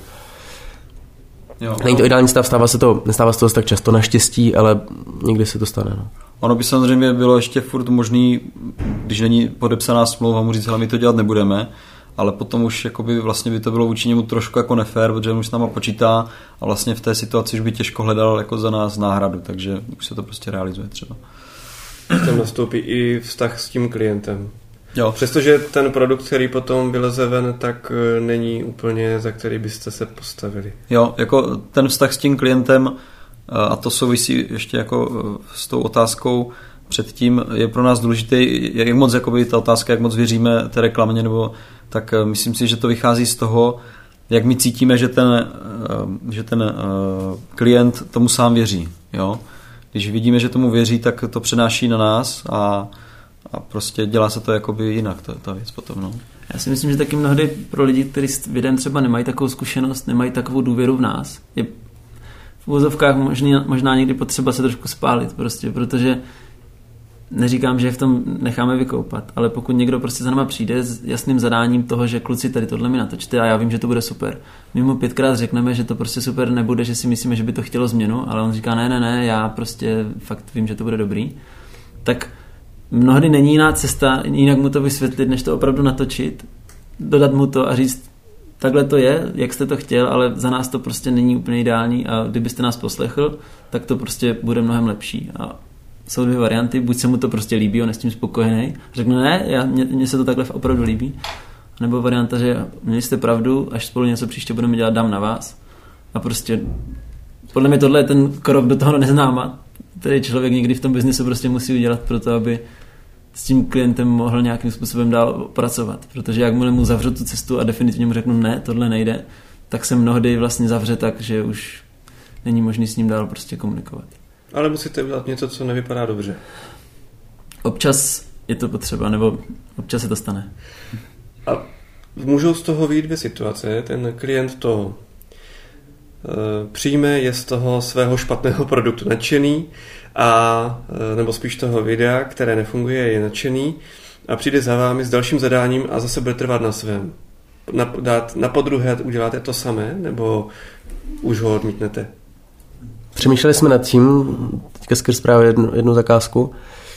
Jo, není to ideální stav, nestává se to tak často naštěstí, ale někdy se to stane. No. Ono by samozřejmě bylo ještě furt možný, když není podepsaná smlouva, mu říct, ale my to dělat nebudeme, ale potom už jakoby vlastně by to bylo vůči němu trošku jako nefér, protože on už s náma počítá a vlastně v té situaci už by těžko hledal jako za nás náhradu, takže už se to prostě realizuje třeba. Tam nastoupí i vztah s tím klientem. Jo. Přestože ten produkt, který potom vyleze ven, tak není úplně, za který byste se postavili. Jo, jako ten vztah s tím klientem, a to souvisí ještě jako s tou otázkou předtím, je pro nás důležitý, jak moc jakoby ta otázka, jak moc věříme té reklamě, nebo tak myslím si, že to vychází z toho, jak my cítíme, že ten klient tomu sám věří. Jo? Když vidíme, že tomu věří, tak to přenáší na nás a prostě dělá se to jakoby jinak, ta věc potom. No. Já si myslím, že taky mnohdy pro lidi, kteří s videem třeba nemají takovou zkušenost, nemají takovou důvěru v nás, je v úvozovkách možná někdy potřeba se trošku spálit, prostě, protože neříkám, že v tom necháme vykoupat, ale pokud někdo prostě za náma přijde s jasným zadáním toho, že kluci tady tohle mi natočte a já vím, že to bude super. My mu 5krát řekneme, že to prostě super nebude, že si myslíme, že by to chtělo změnu, ale on říká ne, já prostě fakt vím, že to bude dobrý. Tak mnohdy není jiná cesta, jinak mu to vysvětlit, než to opravdu natočit, dodat mu to a říct, takhle to je, jak jste to chtěl, ale za nás to prostě není úplně ideální a kdybyste nás poslechl, tak to prostě bude mnohem lepší. A jsou dvě varianty, buď se mu to prostě líbí, on je s tím spokojený, řekne ne, mně se to takhle opravdu líbí, nebo varianta, že měli jste pravdu, až spolu něco příště budeme dělat, dám na vás. A prostě podle mě tohle je ten krok do toho neznáma, který člověk někdy v tom biznisu prostě musí udělat pro to, aby s tím klientem mohl nějakým způsobem dál pracovat. Protože jakmile mu zavřu tu cestu a definitivně mu řeknu ne, tohle nejde, tak se mnohdy vlastně zavře tak, že už není možný s ním dál prostě komunikovat. Ale musíte udělat něco, co nevypadá dobře. Občas je to potřeba, nebo občas se to stane. A můžou z toho vyjít dvě situace. Ten klient to přijme, je z toho svého špatného produktu nadšený, nebo spíš toho videa, které nefunguje, je nadšený a přijde za vámi s dalším zadáním a zase bude trvat na svém. Na podruhé uděláte to samé, nebo už ho odmítnete? Přemýšleli jsme nad tím, teďka skrz právě jednu zakázku.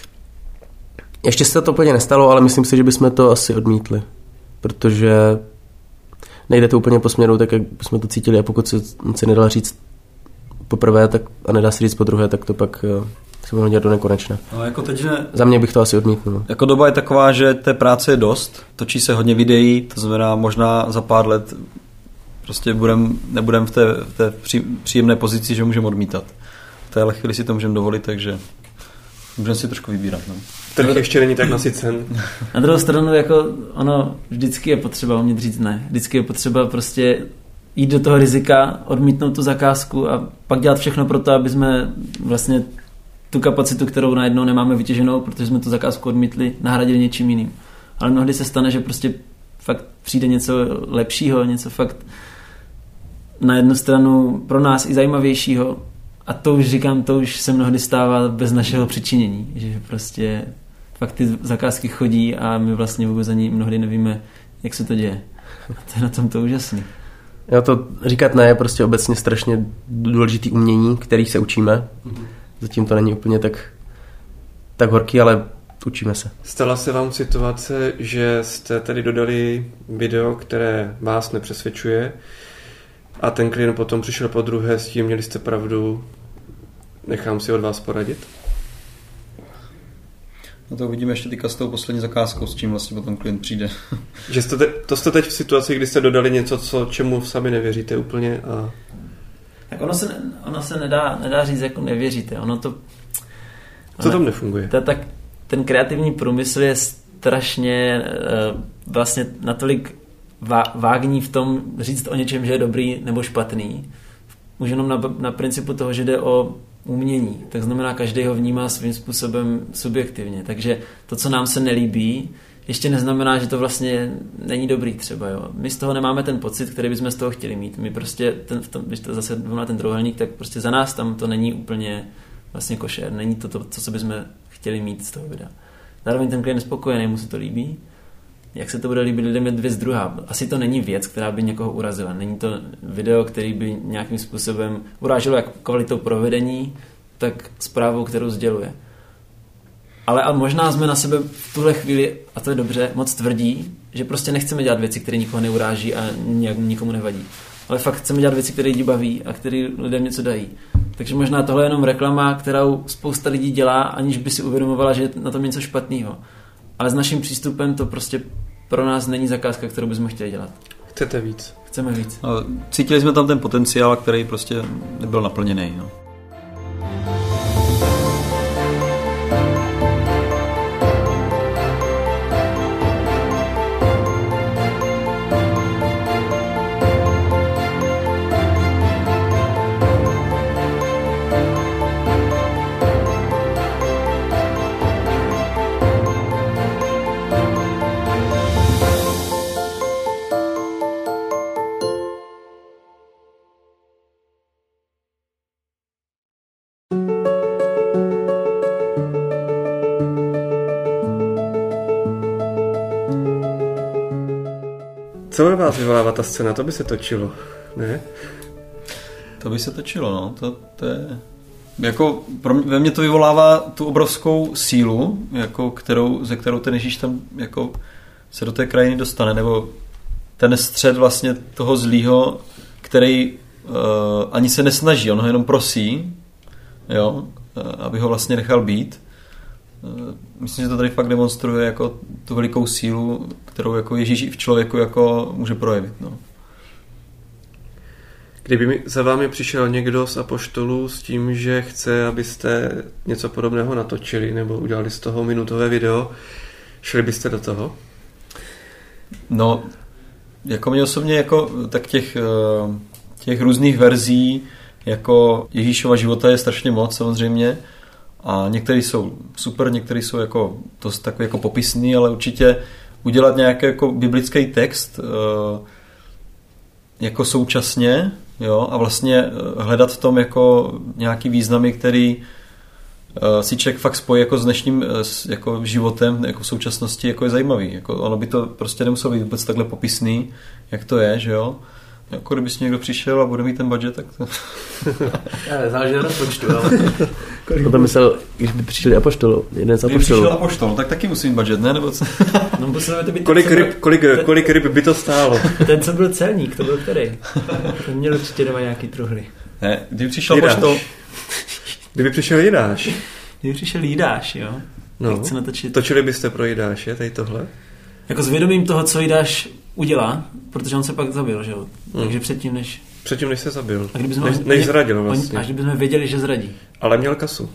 Ještě se to úplně nestalo, ale myslím si, že bychom to asi odmítli, protože nejde to úplně po směru, tak jak bychom to cítili a pokud se nedala říct poprvé tak, a nedá se říct po druhé, tak to pak se budeme dělat do nekonečna. No, jako teď, že za mě bych to asi odmítnul. Jako doba je taková, že té práce je dost, točí se hodně videí, to znamená možná za pár let prostě nebudeme v té příjemné pozici, že můžeme odmítat. V téhle chvíli si to můžeme dovolit, takže můžeme si trošku vybírat. No. Trh ještě není tak nasycen. Na druhou stranu, jako ono vždycky je potřeba umět říct ne. Vždycky je potřeba prostě jít do toho rizika, odmítnout tu zakázku a pak dělat všechno pro to, aby jsme vlastně tu kapacitu, kterou najednou nemáme vytěženou, protože jsme tu zakázku odmítli, nahradili něčím jiným. Ale mnohdy se stane, že prostě fakt přijde něco lepšího, něco fakt na jednu stranu pro nás i zajímavějšího a to už říkám, to už se mnohdy stává bez našeho přičinění, že prostě fakt ty zakázky chodí a my vlastně vůbec ani mnohdy nevíme, jak se to děje. A to je na tom to úžasný. Jo, to říkat ne je prostě obecně strašně důležitý umění, který se učíme. Zatím to není úplně tak horký, ale učíme se. Stala se vám situace, že jste tedy dodali video, které vás nepřesvědčuje a ten klient potom přišel po druhé s tím, měli jste pravdu, nechám si od vás poradit? No to uvidíme ještě teďka s tou poslední zakázkou, s čím vlastně potom klient přijde. Že jste teď v situaci, kdy jste dodali něco, čemu sami nevěříte úplně a... Tak ono se nedá říct, jako nevěříte. Co tam nefunguje? Tak ten kreativní průmysl je strašně vlastně natolik vágní v tom říct o něčem, že je dobrý nebo špatný. Už jenom na principu toho, že jde o umění. Tak znamená, každý ho vnímá svým způsobem subjektivně. Takže to, co nám se nelíbí, ještě neznamená, že to vlastně není dobrý třeba. Jo. My z toho nemáme ten pocit, který bychom z toho chtěli mít. My prostě, když to zase na ten trouhelník, tak prostě za nás tam to není úplně vlastně košer. Není to, co bychom chtěli mít z toho videa. Zároveň ten klient je spokojený, mu se to líbí. jak se to bude líbit lidem je věc druhá. Asi to není věc, která by někoho urazila. Není to video, který by nějakým způsobem uráželo jak kvalitou provedení, tak zprávou, kterou sděluje. Ale možná jsme na sebe v tuhle chvíli, a to je dobře, moc tvrdí, že prostě nechceme dělat věci, které nikoho neuráží a nikomu nevadí. Ale fakt chceme dělat věci, které lidi baví a které lidem něco dají. Takže možná tohle je jenom reklama, kterou spousta lidí dělá, aniž by si uvědomovala, že je na tom něco špatného. Ale s naším přístupem to prostě pro nás není zakázka, kterou bychom chtěli dělat. Chcete víc? Chceme víc. Cítili jsme tam ten potenciál, který prostě nebyl naplněný. No. Co ve vás vyvolává ta scéna? To by se točilo, ne? To by se točilo, no. To je... Jako ve mně to vyvolává tu obrovskou sílu, jako ze kterou ten Ježíš tam jako se do té krajiny dostane, nebo ten střed vlastně toho zlýho, který ani se nesnaží, on ho jenom prosí, jo, aby ho vlastně nechal být. Myslím, že to tady fakt demonstruje jako tu velikou sílu, kterou jako Ježíš v člověku jako může projevit. No. Kdyby za vámi přišel někdo z apoštolů s tím, že chce, abyste něco podobného natočili nebo udělali z toho minutové video, šli byste do toho? No, jako mě osobně jako tak těch různých verzí jako Ježíšova života je strašně moc samozřejmě. A některý jsou super, některý jsou jako dost takový jako popisný, ale určitě udělat nějaký jako biblický text jako současně, jo, a vlastně hledat v tom jako nějaký významy, který si člověk fakt spojí jako s dnešním jako životem, jako v současnosti, jako je zajímavý. Jako ono by to prostě nemuselo být vůbec takhle popisný, jak to je, že jo. Jako kdyby si někdo přišel a bude mít ten budget, tak to... Záleží na rozpočtu, ale... To by myslel, když by přišli apoštolů. Jeden z apoštolů. Kdyby přišel apoštol, tak taky musí mít budget, ne? Nebo co? No, to být kolik ryb by to stálo? Ten, co byl celník, to byl který? Ten měl určitě doma nějaký truhly. Ne, kdyby přišel apoštol... Kdyby přišel Jidáš. Kdyby přišel Jidáš, jo? No, točili byste pro Jidáše, tady tohle? Jako s vědomím toho, co Jidáš udělá, protože on se pak zabil, že jo? Takže předtím, než se zabil. Než zradil vlastně. Až kdybychom věděli, že zradí. Ale měl kasu.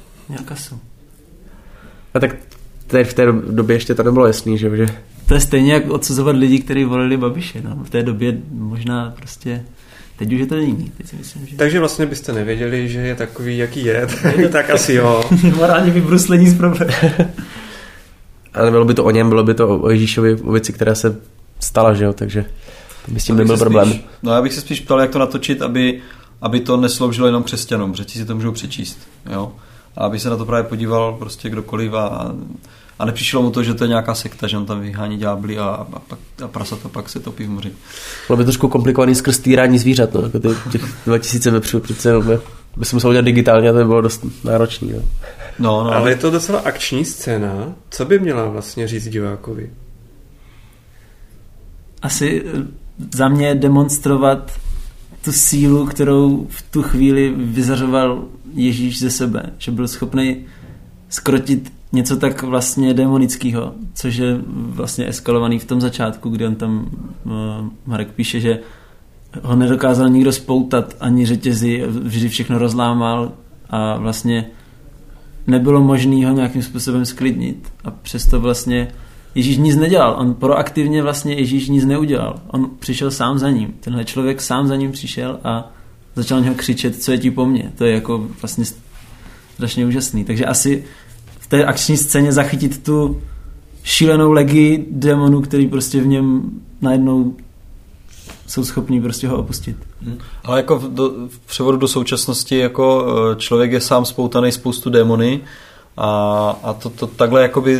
A tak v té době ještě to nebylo jasný, že? To je stejně jak odsuzovat lidi, kteří volili Babiše. No. V té době možná prostě... Teď už je to jiný. Teď si myslím, že... Takže vlastně byste nevěděli, že je takový, jaký je, tak asi jo. Morálně vybruslení z problému. Ale bylo by to o něm, bylo by to o Ježíšovi, o věci, která se stala, že jo, takže by s tím nebyl problém. No já bych se spíš ptal, jak to natočit, aby to nesloužilo jenom křesťanům, protože si to můžou přečíst, jo. A aby se na to právě podíval prostě kdokoliv a nepřišlo mu to, že to je nějaká sekta, že on tam vyhání ďábly a prasata pak se topí v moři. Bylo by trošku komplikovaný skrz týrání zvířat, no, jako těch 2000 vepřů, přece jenom by se musel udělat digitálně a to by bylo dost náročný. No. No. Ale je to docela akční scéna. Co by měla vlastně říct divákovi? Asi za mě demonstrovat tu sílu, kterou v tu chvíli vyzařoval Ježíš ze sebe. Že byl schopný skrotit něco tak vlastně demonického, což je vlastně eskalovaný v tom začátku, kdy on tam, Marek píše, že ho nedokázal nikdo spoutat ani řetězy, vždy všechno rozlámal a vlastně nebylo možné ho nějakým způsobem sklidnit. A přesto vlastně Ježíš nic nedělal. On proaktivně vlastně Ježíš nic neudělal. On přišel sám za ním. Tenhle člověk sám za ním přišel a začal na něho křičet, co je ti po mně. To je jako vlastně strašně úžasný. Takže asi v té akční scéně zachytit tu šílenou legii démonů, který prostě v něm najednou jsou schopní prostě ho opustit. Ale jako v převodu do současnosti jako člověk je sám spoutaný spoustu démony a to takhle jakoby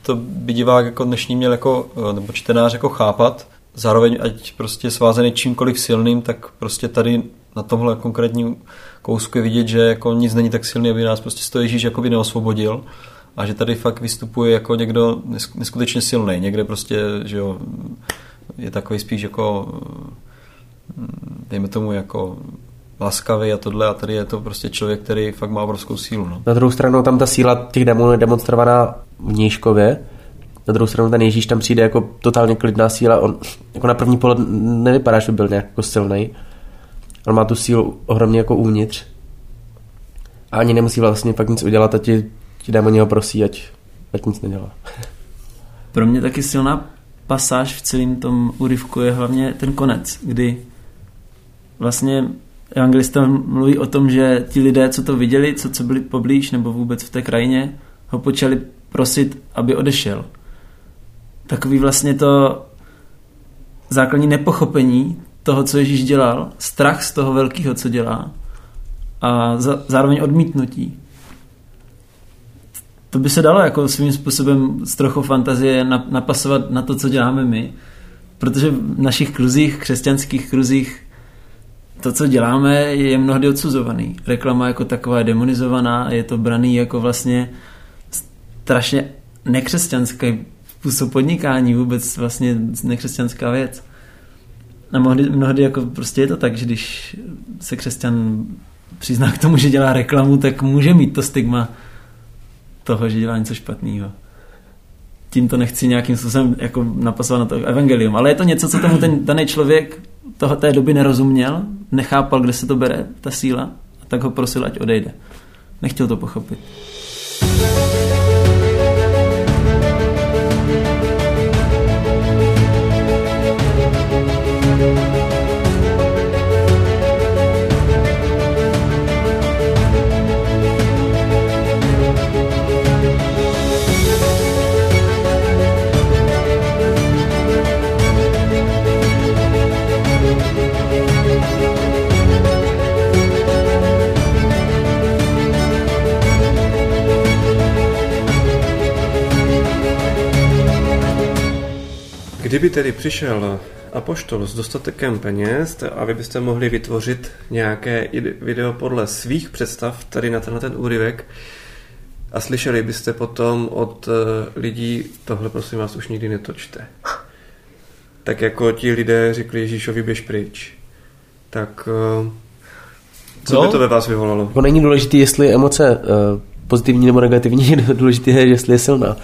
to by divák jako dnešní měl jako, nebo čtenář jako chápat, zároveň ať prostě svázaný čímkoliv silným, tak prostě tady na tomhle konkrétním kousku je vidět, že jako nic není tak silný, aby nás prostě z toho Ježíš jakoby neosvobodil a že tady fakt vystupuje jako někdo neskutečně silný, někde prostě, že jo, je takový spíš jako, dejme tomu jako laskavý a tohle a tady je to prostě člověk, který fakt má obrovskou sílu. No. Na druhou stranu tam ta síla těch démonů je demonstrovaná v Nížkově. Na druhou stranu ten Ježíš tam přijde jako totálně klidná síla. On jako na první pohled nevypadá, že by byl nějak jako silnej. On má tu sílu ohromně jako uvnitř. A ani nemusí vlastně fakt nic udělat a ti démoni ho prosí, ať nic nedělá. Pro mě taky silná pasáž v celém tom úryvku je hlavně ten konec, kdy vlastně evangelista mluví o tom, že ti lidé, co to viděli, co byli poblíž nebo vůbec v té krajině, ho počali prosit, aby odešel. Takový vlastně to základní nepochopení toho, co Ježíš dělal, strach z toho velkého, co dělá a zároveň odmítnutí. To by se dalo jako svým způsobem z trochu fantazie napasovat na to, co děláme my, protože v našich kruzích, křesťanských kruzích, to, co děláme, je mnohdy odsuzovaný. Reklama jako taková je demonizovaná a je to braný jako vlastně strašně nekřesťanský způsob podnikání, vůbec vlastně nekřesťanská věc. A mnohdy jako prostě je to tak, že když se křesťan přizná k tomu, že dělá reklamu, tak může mít to stigma toho, že dělá něco špatného. Tím to nechci nějakým způsobem jako napasovat na to evangelium, ale je to něco, co tomu ten daný člověk té doby nerozuměl, nechápal, kde se to bere, ta síla, a tak ho prosil, ať odejde. Nechtěl to pochopit. Kdyby tedy přišel apoštol s dostatkem peněz a vy byste mohli vytvořit nějaké video podle svých představ tady na tenhle ten úryvek a slyšeli byste potom od lidí, tohle prosím vás už nikdy netočte. Tak jako ti lidé řekli Ježíšovi běž pryč. Tak co by to ve vás vyvolalo? To není důležité, jestli je emoce pozitivní nebo negativní, důležité je, jestli je silná.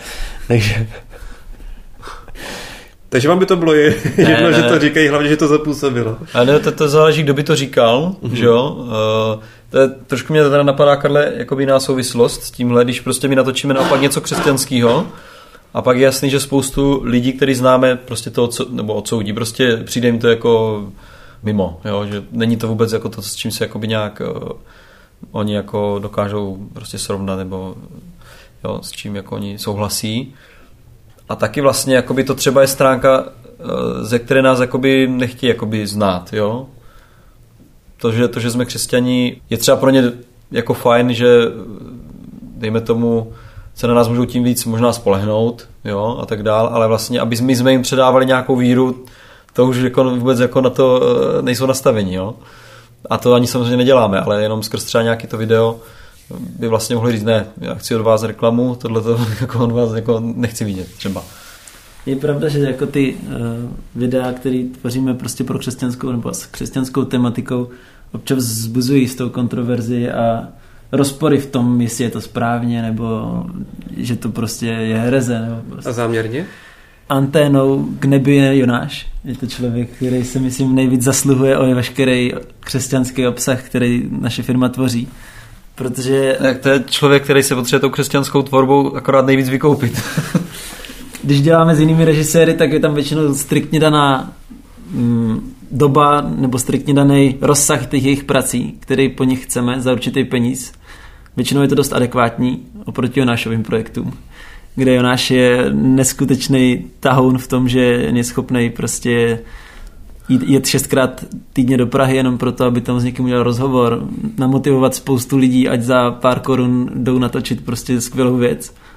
Takže vám by to bylo jedno, že to říkají, hlavně, že to zapůsobilo. Ale ne, to záleží, kdo by to říkal, že jo. To je, trošku mě teda napadá, Karle, jakoby jiná souvislost s tímhle, když prostě my natočíme naopak něco křesťanského a pak je jasný, že spoustu lidí, který známe, prostě to nebo odsoudí, prostě přijde jim to jako mimo, jo, že není to vůbec jako to, s čím se jakoby nějak oni jako dokážou prostě srovnat, nebo jo, s čím jako oni souhlasí. A taky vlastně jakoby to třeba je stránka, ze které nás jakoby nechtějí jakoby znát, jo. To, že jsme křesťani, je třeba pro ně jako fajn, že dejme tomu, se na nás můžou tím víc možná spolehnout, jo, a tak dál, ale vlastně, aby my jsme jim předávali nějakou víru, to už jako vůbec jako na to nejsou nastavení, jo. A to ani samozřejmě neděláme, ale jenom skrz třeba nějaký to video by vlastně mohli říct, ne, já chci od vás reklamu, tohleto jako od vás jako nechci vidět třeba. Je pravda, že jako ty videa, které tvoříme prostě pro křesťanskou nebo s křesťanskou tematikou, občas vzbuzují s tou kontroverzi a rozpory v tom, jestli je to správně, nebo že to prostě je hereze. Nebo prostě. A záměrně? Anténou k nebi je Jonáš. Je to člověk, který se myslím nejvíc zasluhuje o veškerý křesťanský obsah, který naše firma tvoří. Protože... Tak to je člověk, který se potřebuje tou křesťanskou tvorbou akorát nejvíc vykoupit. Když děláme s jinými režiséry, tak je tam většinou striktně daná doba nebo striktně daný rozsah těch jejich prací, který po nich chceme za určitý peníz. Většinou je to dost adekvátní oproti Jonášovým projektům, kde Jonáš je neskutečný tahoun v tom, že je schopný prostě jet 6krát týdně do Prahy jenom proto, aby tam s někým udělal rozhovor, namotivovat spoustu lidí, ať za pár korun jdou natočit prostě skvělou věc.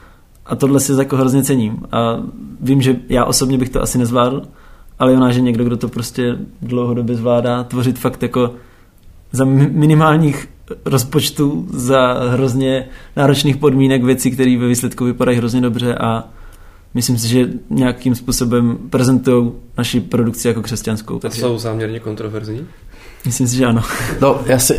A tohle si jako hrozně cením. A vím, že já osobně bych to asi nezvládl, ale ona, že někdo, kdo to prostě dlouhodobě zvládá, tvořit fakt jako za minimálních rozpočtů, za hrozně náročných podmínek věcí, které ve výsledku vypadají hrozně dobře a myslím si, že nějakým způsobem prezentují naši produkci jako křesťanskou. Takže... Jsou záměrně kontroverzní? Myslím si, že ano. No, já si...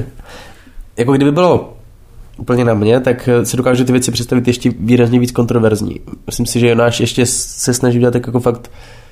jako kdyby bylo úplně na mě, tak si dokážu ty věci představit ještě výrazně víc kontroverzní. Myslím si, že Jonáš ještě se snaží dělat tak jako fakt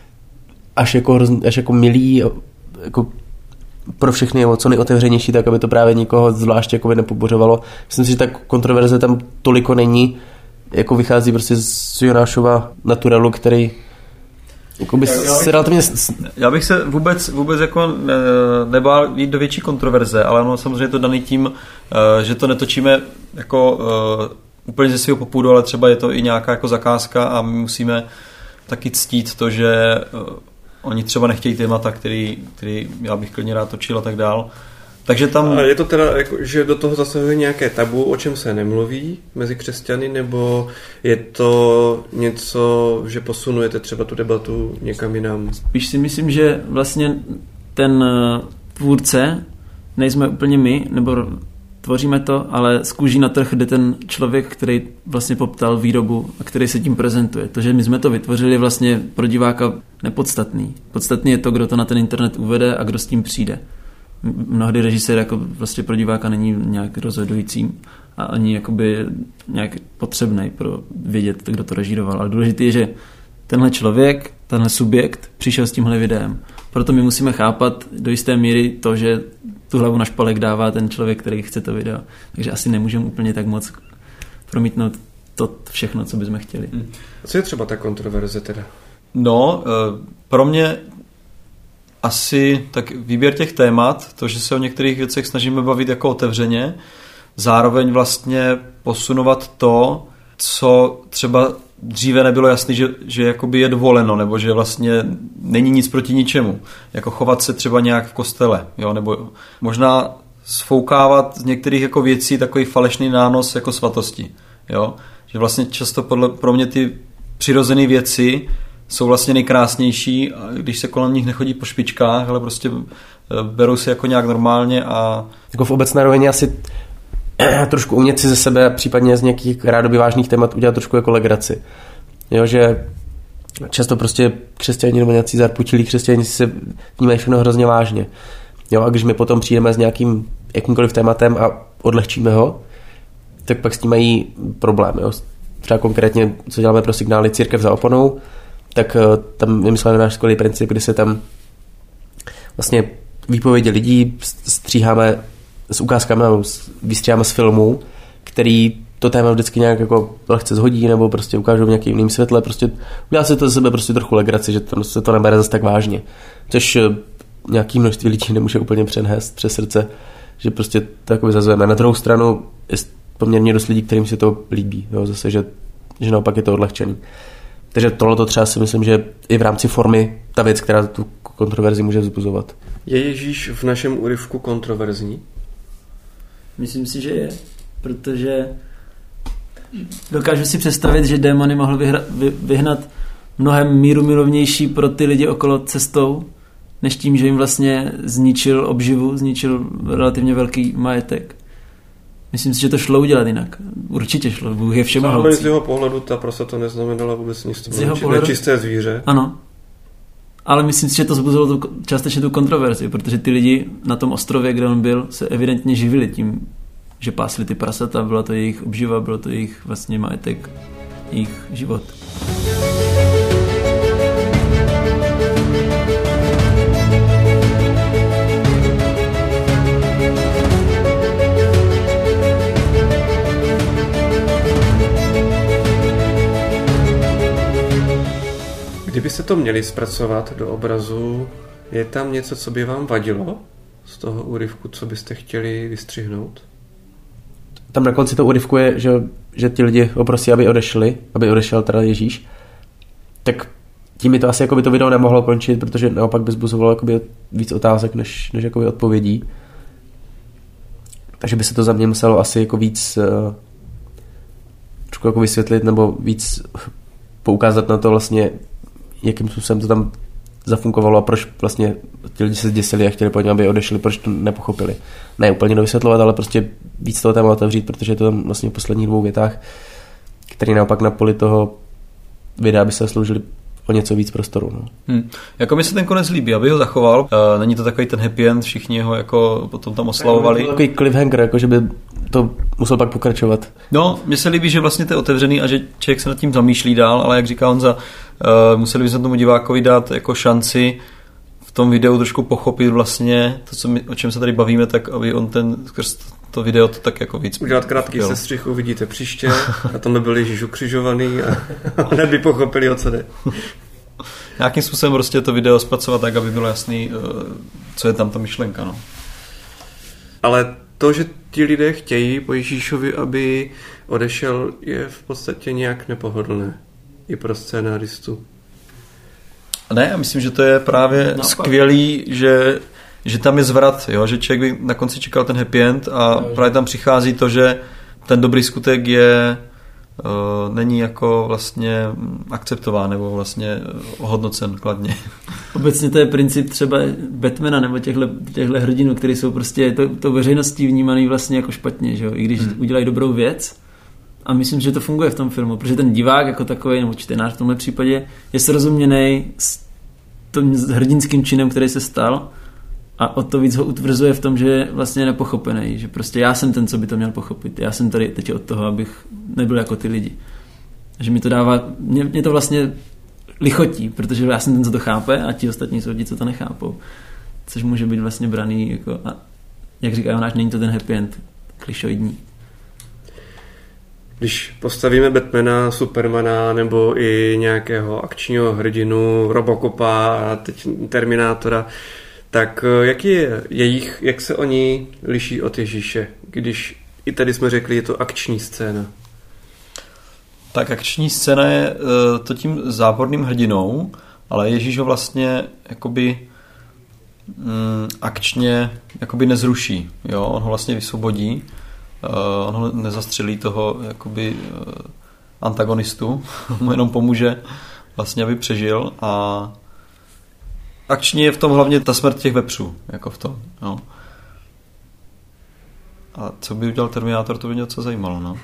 až jako milý, jako pro všechny je co nejotevřenější, tak aby to právě nikoho zvláště jako nepobořovalo. Myslím si, že tak kontroverze tam toliko není, jako vychází prostě z Jonášova naturalu, který jakoby se relativně... Já bych se vůbec jako nebál jít do větší kontroverze, ale ono samozřejmě to daný tím, že to netočíme jako úplně ze svého popudu, ale třeba je to i nějaká jako zakázka a my musíme taky ctít to, že oni třeba nechtějí témata, který já bych klidně rád točil a tak dál. Takže tam... A je to teda, jako, že do toho zasahuje nějaké tabu, o čem se nemluví mezi křesťany, nebo je to něco, že posunujete třeba tu debatu někam jinam? Spíš si myslím, že vlastně ten tvůrce nejsme úplně my, nebo tvoříme to, ale z kůží na trh jde ten člověk, který vlastně poptal výrobu a který se tím prezentuje. To, že my jsme to vytvořili, je vlastně pro diváka nepodstatný. Podstatný je to, kdo to na ten internet uvede a kdo s tím přijde. Mnohdy režisér jako vlastně pro diváka není nějak rozhodující a ani jakoby nějak potřebný pro vědět, kdo to režíroval. Ale důležité je, že tenhle člověk, tenhle subjekt přišel s tímhle videem. Proto my musíme chápat do jisté míry to, že tu hlavu na špalek dává ten člověk, který chce to video. Takže asi nemůžeme úplně tak moc promítnout to všechno, co bychom chtěli. A co je třeba ta kontroverze teda? No, pro mě asi tak výběr těch témat, to, že se o některých věcech snažíme bavit jako otevřeně, zároveň vlastně posunovat to, co třeba dříve nebylo jasný, že jakoby je dovoleno, nebo že vlastně není nic proti ničemu. Jako chovat se třeba nějak v kostele, jo, nebo možná sfoukávat z některých jako věcí takový falešný nános jako svatosti, jo. Že vlastně často pro mě ty přirozené věci jsou vlastně nejkrásnější, když se kolem nich nechodí po špičkách, ale prostě berou se jako nějak normálně a... Jako v obecné rovině asi trošku umět si ze sebe, případně z nějakých rádoby vážných témat udělat trošku jako legraci. Jo, že často prostě křesťaní nebo nějací zarputilí křesťaní se vnímají všechno hrozně vážně. Jo, a když my potom přijdeme s nějakým jakýmkoliv tématem a odlehčíme ho, tak pak s tím mají problém. Jo. Třeba konkrétně, co děláme pro signály Církev za oponou, tak tam vymysleli náš skvělý princip, kdy se tam vlastně výpovědi lidí stříháme s ukázkami, vystříháme z filmů, který to téma vždycky nějak jako lehce zhodí nebo prostě ukážou v nějakým jiným světle, prostě udělá se to ze sebe prostě trochu legraci, že tam se to nebere zase tak vážně. Což nějaký množství lidí nemůže úplně přenést přes srdce, že prostě to jakoby zazveme. Na druhou stranu je poměrně dost lidí, kterým se to líbí, jo, zase, že naopak je to odlehčený. Takže tohle třeba si myslím, že i v rámci formy ta věc, která tu kontroverzi může vzbuzovat. Je Ježíš v našem úryvku kontroverzní? Myslím si, že je, protože dokážu si představit, že démony mohl vyhnat mnohem mírumilovnější pro ty lidi okolo cestou, než tím, že jim vlastně zničil obživu, zničil relativně velký majetek. Myslím si, že to šlo udělat jinak. Určitě šlo, Bůh je všemohoucí. Z jeho pohledu ta prasa to neznamenala vůbec nic. Nečisté zvíře. Ano. Ale myslím si, že to zbuzilo částečně tu kontroverzi, protože ty lidi na tom ostrově, kde on byl, se evidentně živili tím, že pásli ty prasata, byla to jejich obživa, bylo to jejich vlastně majetek, jejich život. Kdybyste to měli zpracovat do obrazu, je tam něco, co by vám vadilo z toho úryvku, co byste chtěli vystřihnout? Tam na konci toho úryvku je, že ti lidi oprosí, aby odešel teda Ježíš. Tak tím by to asi jako by to video nemohlo končit, protože naopak by zbuzovalo jakoby víc otázek, než jakoby odpovědí. Takže by se to za mě muselo asi jako víc trošku jako vysvětlit nebo víc poukázat na to vlastně, jakým způsobem to tam zafunkovalo a proč vlastně ti lidi se zděsili a chtěli po něm, aby odešli, proč to nepochopili. Ne úplně dovysvětlovat, ale prostě víc toho téma otevřít, protože je to tam vlastně v posledních 2 větách, které naopak na poli toho videa by se sloužili o něco víc prostoru. No. Jako mi se ten konec líbí, aby ho zachoval. Není to takový ten happy end, všichni ho jako potom tam oslavovali. Je to takový cliffhanger, jako že by to musel pak pokračovat. No, mně se líbí, že vlastně to je otevřený a že člověk se nad tím zamýšlí dál, ale jak říká Honza, museli bychom tomu divákovi dát jako šanci v tom videu trošku pochopit vlastně to, o čem se tady bavíme, tak aby on skrz to video to tak jako víc udělat krátký sestřih, uvidíte příště a tam by byl Ježíš ukřižovaný a hned by pochopili, o co jde. Nějakým způsobem prostě to video zpracovat tak, aby bylo jasný, co je tam ta myšlenka. No. Ale to, že ti lidé chtějí po Ježíšovi, aby odešel, je v podstatě nějak nepohodlné i pro scénáristu. Ne, já myslím, že to je právě skvělý, že tam je zvrat, jo? Že člověk by na konci čekal ten happy end a právě tam přichází to, že ten dobrý skutek není jako vlastně akceptován nebo vlastně ohodnocen kladně. Obecně to je princip třeba Batmana nebo těchto hrdinů, který jsou prostě to veřejností vnímaný vlastně jako špatně, že jo? I když udělají dobrou věc. A myslím, že to funguje v tom filmu, protože ten divák jako takový, nebo čtenář v tomhle případě, je srozuměný s tím hrdinským činem, který se stal, a o to víc ho utvrzuje v tom, že je vlastně nepochopený, že prostě já jsem ten, co by to měl pochopit. Já jsem tady teď od toho, abych nebyl jako ty lidi. Že mi to dává, mě to vlastně lichotí, protože já jsem ten, co to chápe a ti ostatní jsou ti, co to nechápou. Což může být vlastně braný jako, a jak říká Jonáš, není to ten happy end klišoidní. Když postavíme Batmana, Supermana nebo i nějakého akčního hrdinu, Robocopa a teď Terminátora, tak jak se oni liší od Ježíše, když i tady jsme řekli, je to akční scéna? Tak akční scéna je to tím záporným hrdinou, ale Ježíš ho vlastně jakoby akčně jakoby nezruší. Jo? On ho vlastně vysvobodí, on ho nezastřelí toho jakoby antagonistu, mu jenom pomůže vlastně, aby přežil a akčně je v tom hlavně ta smrt těch vepřů, jako v tom. No. A co by udělal Terminátor, to by mě něco zajímalo. No.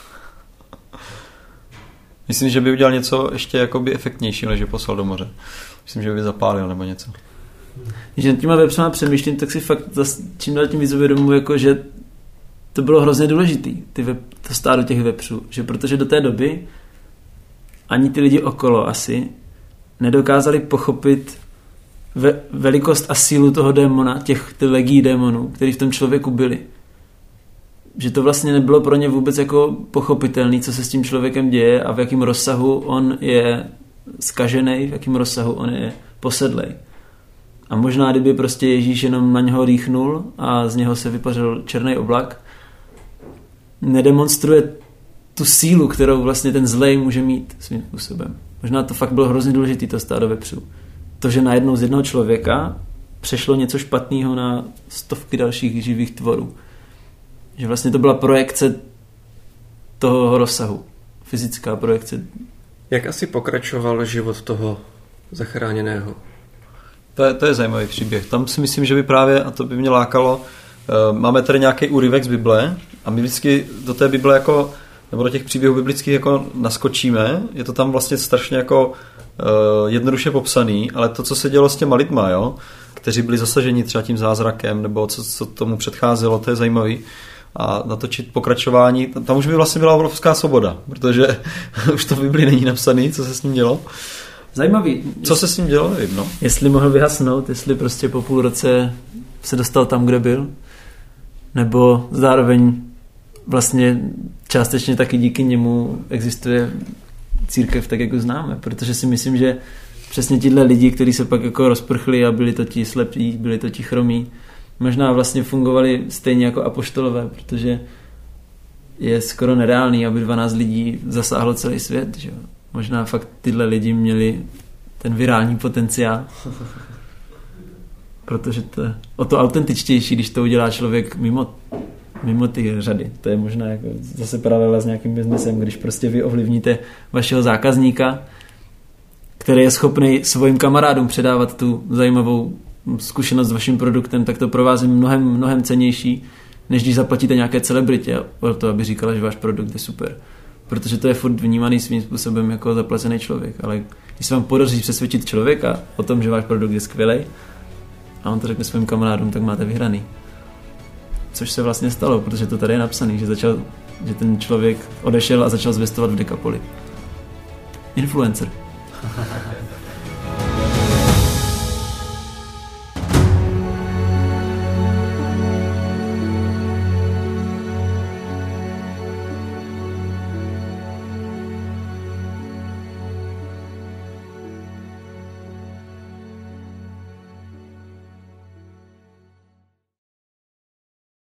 Myslím, že by udělal něco ještě jakoby efektnějšího, než je poslal do moře. Myslím, že by zapálil nebo něco. Když nad těma vepřema přemýšlím, tak si fakt čím dál tím víc uvědomuji, jako, že to bylo hrozně důležitý, to stádo těch vepřů. Že protože do té doby ani ty lidi okolo asi nedokázali pochopit velikost a sílu toho démona, těch legií démonů, který v tom člověku byli. Že to vlastně nebylo pro ně vůbec jako pochopitelný, co se s tím člověkem děje a v jakém rozsahu on je zkažený, v jakém rozsahu on je posedlej. A možná, kdyby prostě Ježíš jenom na něho rýchnul a z něho se vypařil černý oblak, nedemonstruje tu sílu, kterou vlastně ten zlej může mít svým způsobem. Možná to fakt bylo hrozně důležitý, to stádo vepřů. To, že najednou z jednoho člověka přešlo něco špatného na stovky dalších živých tvorů. Že vlastně to byla projekce toho rozsahu. Fyzická projekce. Jak asi pokračoval život toho zachráněného? To je zajímavý příběh. Tam si myslím, že by právě, a to by mě lákalo, máme tady nějaký úryvek z Bible a my vždycky do té Bible jako, nebo do těch příběhů biblických jako naskočíme. Je to tam vlastně strašně jako jednoduše popsaný, ale to, co se dělo s těma lidma, jo, kteří byli zasaženi třeba tím zázrakem, nebo co tomu předcházelo, to je zajímavý. A natočit pokračování, tam už by vlastně byla obrovská svoboda, protože už to v Biblii není napsaný, co se s ním dělo. Zajímavý. Co se s ním dělo, nevím, no. Jestli mohl vyhasnout, jestli prostě po půl roce se dostal tam, kde byl, nebo zároveň vlastně částečně taky díky němu existuje církev tak, jak ho známe, protože si myslím, že přesně tihle lidi, kteří se pak jako rozprchli a byli to ti slepí, byli to ti chromí, možná vlastně fungovali stejně jako apoštolové, protože je skoro nereálný, aby 12 lidí zasáhlo celý svět. Že? Možná fakt tyhle lidi měli ten virální potenciál. Protože to je o to autentičtější, když to udělá člověk mimo ty řady. To je možná jako zase paralela s nějakým biznesem, když prostě vy ovlivníte vašeho zákazníka, který je schopný svým kamarádům předávat tu zajímavou zkušenost s vaším produktem, tak to pro vás je mnohem cennější, než když zaplatíte nějaké celebritě o to, aby říkala, že váš produkt je super. Protože to je furt vnímaný svým způsobem jako zaplacený člověk. Ale když se vám podaří přesvědčit člověka o tom, že váš produkt je skvělej a on to řekne svým kamarádům, tak máte vyhraný. Což se vlastně stalo, protože to tady je napsaný, že ten člověk odešel a začal zvestovat v Decapoli. Influencer.